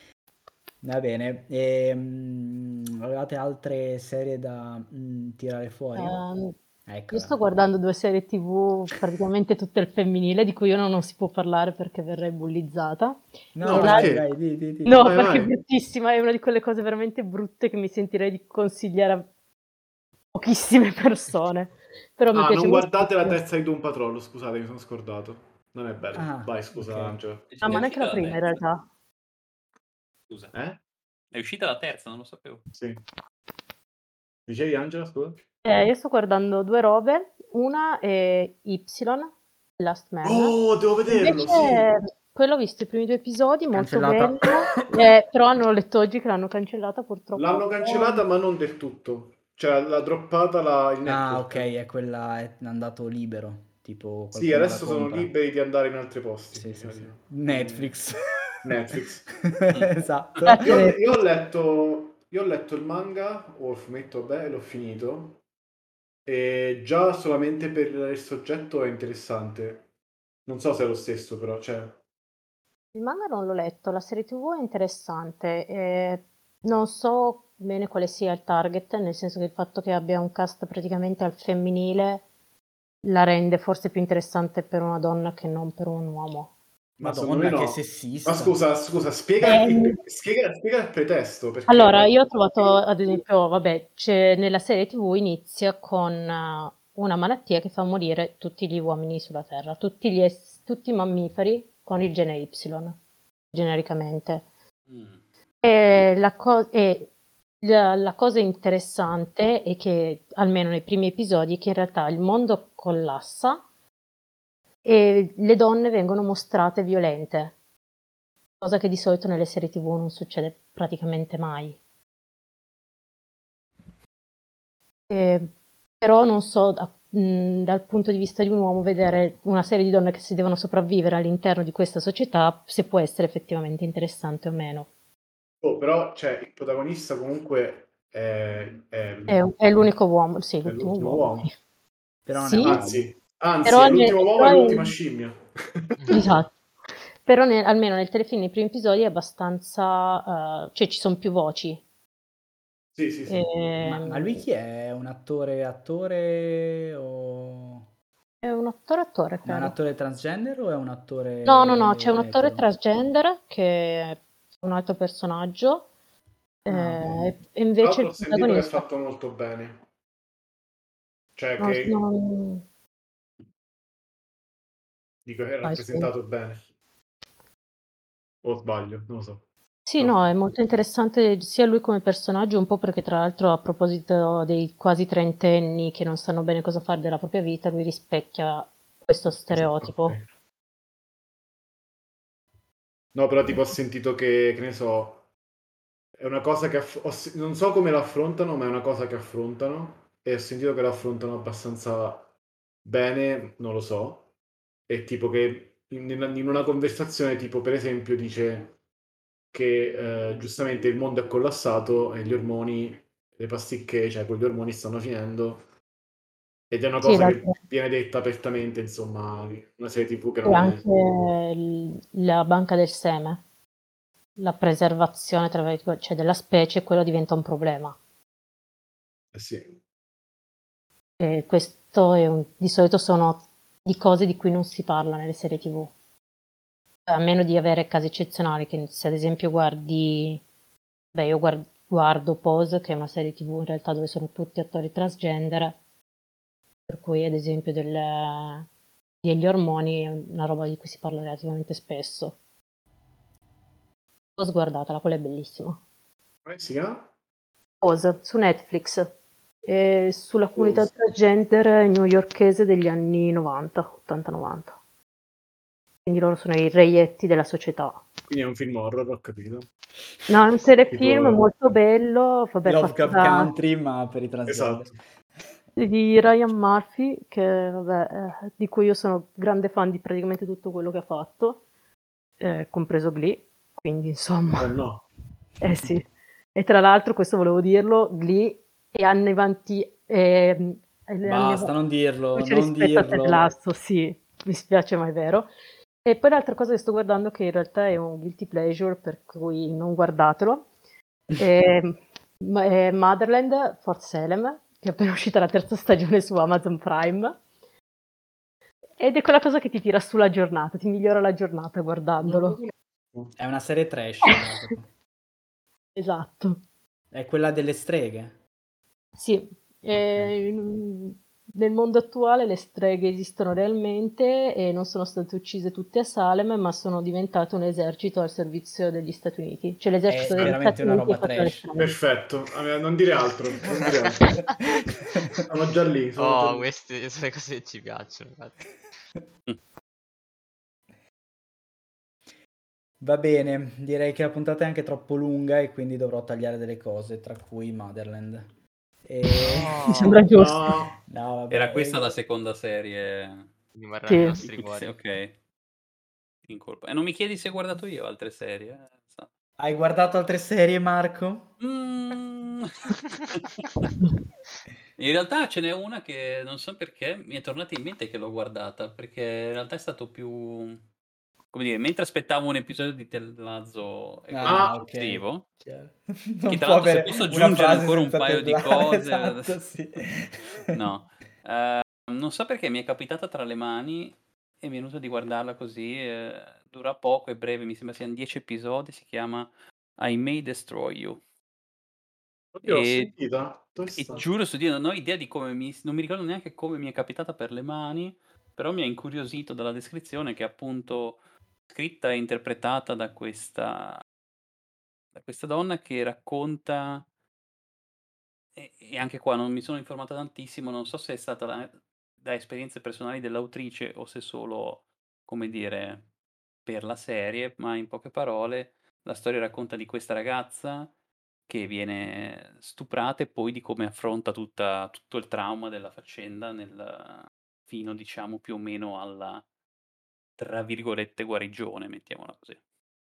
Va bene. Ehm, avevate altre serie da mm, tirare fuori? Ehm, Ecco. io sto guardando due serie T V, praticamente tutte il femminile, di cui io non, non si può parlare perché verrei bullizzata. No, No, E la- vai, perché? vai, di, di, di. No, Vai, perché è vai. bruttissima, è una di quelle cose veramente brutte che mi sentirei di consigliare a pochissime persone. Però mi Ah, piace non guardate la moltissimo. terza di Doom Patrol, scusate, mi sono scordato. Non è bella. Ah, Vai, scusa, ok. Angela. È Ah, è ma neanche uscita la la prima in terza? realtà. Scusa. Eh? È uscita la terza, non lo sapevo. Sì. Dicevi, Angela, scusa? Eh, io sto guardando due robe, una è Y, Last Man, Oh, devo vederlo, invece sì. quello ho visto i primi due episodi, molto Cancellata. bello, eh, però hanno letto oggi che l'hanno cancellata purtroppo. L'hanno cancellata, ma non del tutto. Cioè, l'ha droppata la... il Ah, ok, network. è quella, è andato libero. Tipo, Sì, qualcuno la adesso sono compra. liberi di andare in altri posti. Sì, mi sì, sa di sì. no. Eh, Netflix. Netflix. Mm. Esatto. Grazie, Io, ho- Netflix. io ho letto, io ho letto il manga, o il fumetto, beh, l'ho finito. E già solamente per il soggetto è interessante. Non so se è lo stesso, però, cioè... Il manga non l'ho letto, la serie T V è interessante, eh, non so bene quale sia il target, nel senso che il fatto che abbia un cast praticamente al femminile la rende forse più interessante per una donna che non per un uomo. Ma secondo me Madonna, che no. Ma sessista. scusa, scusa, spiega Eh, il, spiega, spiega il pretesto, allora, perché... io ho trovato, ad esempio, vabbè, c'è, nella serie T V inizia con eh, una malattia che fa morire tutti gli uomini sulla Terra, tutti, gli ess- tutti i mammiferi con il gene Y, genericamente. Mm. E la, co- e la- la cosa interessante è che, almeno nei primi episodi, è che in realtà il mondo collassa e le donne vengono mostrate violente, cosa che di solito nelle serie T V non succede praticamente mai. Eh, però non so, da- mh, dal punto di vista di un uomo, vedere una serie di donne che si devono sopravvivere all'interno di questa società, se può essere effettivamente interessante o meno. Oh, però, cioè, il protagonista comunque è, è, È, è l'unico uomo, sì, è l'ultimo l'ultimo uomo. uomo. Però non è un Sì, uomo. Anzi, anzi, però, è ne- l'ultimo uomo e però l'ultima è- scimmia. esatto. Però ne- almeno nel telefilm, nei primi episodi è abbastanza, eh, cioè ci sono più voci. Sì, sì, sì. Ma, ma lui Ehm, chi è? È un attore, attore o... è un attore attore, Ma è un credo. attore transgender o è un No, no, no, c'è un attore attore etero? transgender che è un altro personaggio, Ah, ok. eh, e Tra invece l'altro il ho sentito che è protagonista fatto molto bene. Cioè, non, che non- dico che è vai, scusa. rappresentato bene. O sbaglio, non lo so. Sì, No. no, è molto interessante sia lui come personaggio, un po' perché tra l'altro a proposito dei quasi trentenni che non sanno bene cosa fare della propria vita, lui rispecchia questo stereotipo. Ok. No, però tipo ho sentito che, che ne so, è una cosa che aff- ho se- non so come l'affrontano, ma è una cosa che affrontano e ho sentito che l'affrontano abbastanza bene, non lo so. E tipo che in, in una conversazione, tipo per esempio, dice che eh, giustamente il mondo è collassato e gli ormoni, le pasticche, cioè quegli ormoni stanno finendo. Ed è una Sì, cosa la- che viene detta apertamente, insomma, in una serie T V che e non è... anche il- la banca del seme, la preservazione tra virgolette, cioè, della specie, quello diventa un problema. Eh sì. E questo è un- di solito sono di cose di cui non si parla nelle serie tivù, a meno di avere casi eccezionali, che se ad esempio guardi, beh io guard- guardo Pose, che è una serie tivù in realtà dove sono tutti attori transgender, per cui ad esempio del- degli ormoni è una roba di cui si parla relativamente spesso. Pose, guardatela, quella è bellissima. Come si chiama? Pose, su Netflix, è sulla comunità Pose. transgender newyorkese degli anni novanta, ottanta novanta. Quindi loro sono i reietti della società. Quindi è un film horror, ho capito. No, è un telefilm Tipo... molto bello, vabbè, fatto Lovecraft da Country, ma per i transgender. Esatto. di Ryan Murphy, che vabbè, eh, di cui io sono grande fan di praticamente tutto quello che ha fatto, eh, compreso Glee, quindi insomma, Oh no. eh sì. E tra l'altro, questo volevo dirlo, Glee è anni avanti, ehm, è le anni Basta, avanti non dirlo, non rispetto a Ted dirlo. Lasso, sì, mi spiace ma è vero. E poi l'altra cosa che sto guardando, che in realtà è un guilty pleasure, per cui non guardatelo, è, è Motherland for Salem, che è appena uscita la terza stagione su Amazon Prime. Ed è quella cosa che ti tira su la giornata, ti migliora la giornata guardandolo. È una serie trash, Jacopo. Esatto. È quella delle streghe. Sì, eh, in- nel mondo attuale le streghe esistono realmente e non sono state uccise tutte a Salem, ma sono diventate un esercito al servizio degli Stati Uniti. Cioè l'esercito È degli veramente Stati una Uniti è roba fatto dalle trash. streghe. Perfetto. Ah, non dire altro. Non dire altro. Sono già lì. Sono già Oh, lì. queste sono le cose che ci piacciono, infatti. Va bene, direi che la puntata è anche troppo lunga e quindi dovrò tagliare delle cose, tra cui Motherland. E... Mi sembra No, giusto. No. No, vabbè, Era questa eh, la seconda serie rimarrà nei Sì. in nostri cui ti sei... cuori. Ok, in colpa. E non mi chiedi se ho guardato io altre serie. eh, sa. hai guardato altre serie, Marco? Mm. In realtà ce n'è una che non so perché mi è tornata in mente che l'ho guardata, perché in realtà è stato più, come dire, mentre aspettavo un episodio di Ted Lasso e quello Ah, Ah. ok. successivo, Chiaro. che Non tra può l'altro se avere posso una aggiungere frase ancora un senza paio di tellare, cose, esatto, sì. no, Eh, non so perché mi è capitata tra le mani e mi è venuto di guardarla così, eh, dura poco, è breve, mi sembra siano dieci episodi, si chiama I May Destroy You. Oddio, l'ho E, sentita. Dove e sta? giuro su Dio, non ho idea di come mi... non mi ricordo neanche come mi è capitata per le mani, però mi ha incuriosito dalla descrizione che è appunto scritta e interpretata da questa, da questa donna che racconta, e, e anche qua non mi sono informato tantissimo, non so se è stata da, da esperienze personali dell'autrice o se solo, come dire, per la serie, ma in poche parole la storia racconta di questa ragazza che viene stuprata e poi di come affronta tutta tutto il trauma della faccenda nel fino, diciamo, più o meno alla, tra virgolette, "guarigione", mettiamola così.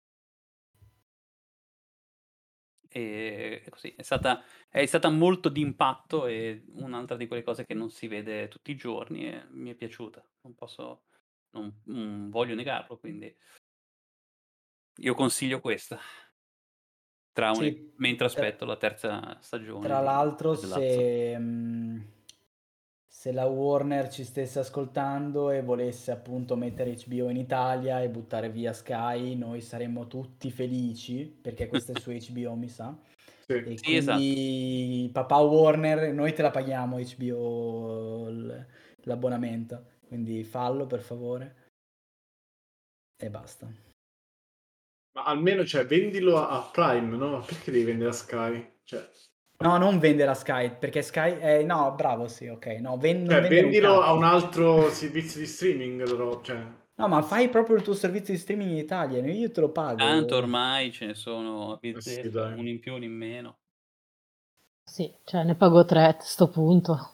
E e così, è stata è stata molto d'impatto e un'altra di quelle cose che non si vede tutti i giorni e mi è piaciuta. Non posso non non voglio negarlo, quindi io consiglio questa. Tra un e Sì, mentre tra, aspetto la terza stagione tra di l'altro Ted Lasso. se, mm, se la Warner ci stesse ascoltando e volesse appunto mettere H B O in Italia e buttare via Sky, noi saremmo tutti felici, perché questa è su H B O, mi sa. Sì. E Sì, esatto. quindi papà Warner, noi te la paghiamo H B O l- l'abbonamento, quindi fallo per favore e basta. Ma almeno, cioè, vendilo a, a Prime, no? Perché devi vendere a Sky? Cioè, No, non vendere a Sky, perché Sky... Eh, no, bravo, sì, ok. No, ven- non Cioè, vendere un vendilo a cazzo. un altro servizio di streaming, però, cioè... No, ma fai proprio il tuo servizio di streaming in Italia, io te lo pago. Tanto ormai ce ne sono a Eh sì, bizzeffe, dai. un in più, un in meno. Sì, cioè ne pago tre a sto punto.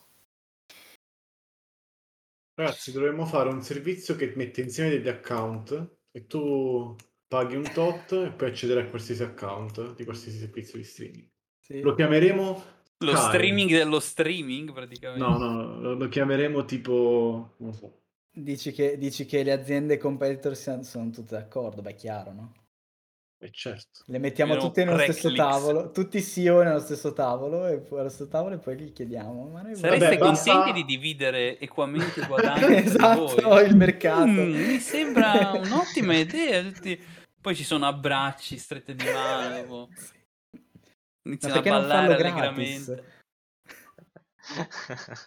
Ragazzi, dovremmo fare un servizio che mette insieme degli account e tu paghi un tot e puoi accedere a qualsiasi account di qualsiasi servizio di streaming. Sì. Lo chiameremo Lo Sky. streaming dello streaming, praticamente. No, no, lo, lo chiameremo tipo... non so. Dici che, dici che le aziende competitor siano- sono tutte d'accordo, beh, chiaro, no? E certo. Le mettiamo Vediamo tutte nello stesso Preclix. tavolo, tutti i C E O nello stesso tavolo, e poi allo stesso tavolo e poi gli chiediamo. Ma noi Sareste Vabbè, basta- contenti di dividere equamente i guadagni tra di Esatto, voi? il mercato. Mm, mi sembra un'ottima idea. Tutti... Poi ci sono abbracci, strette di mano. dopo. Sì. Ma Iniziano a perché non ballare farlo allegramente. gratis?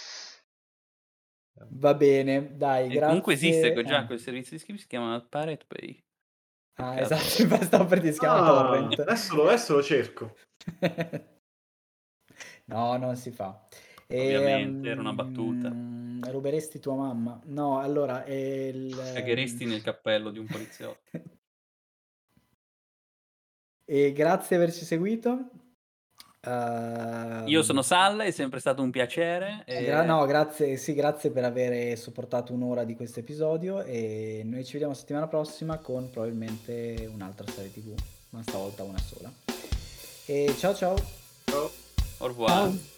Va bene, dai, E grazie. comunque esiste già Ah. quel servizio di streaming, si chiama Pirate Bay. Ah, Peccato. esatto, stavo per dire, si chiama Ah, Torrent. adesso lo, adesso lo cerco. No, non si fa. Ovviamente, era una Ehm, battuta. Ruberesti tua mamma? No, allora, è il... Cagheresti nel cappello di un poliziotto. E grazie di averci seguito. Ehm, Io sono Salla, è sempre stato un piacere. e- gra- no, grazie, sì, grazie per aver sopportato un'ora di questo episodio e noi ci vediamo settimana prossima con probabilmente un'altra serie tivù, ma stavolta una sola. E ciao ciao. Ciao. Au revoir. Ciao.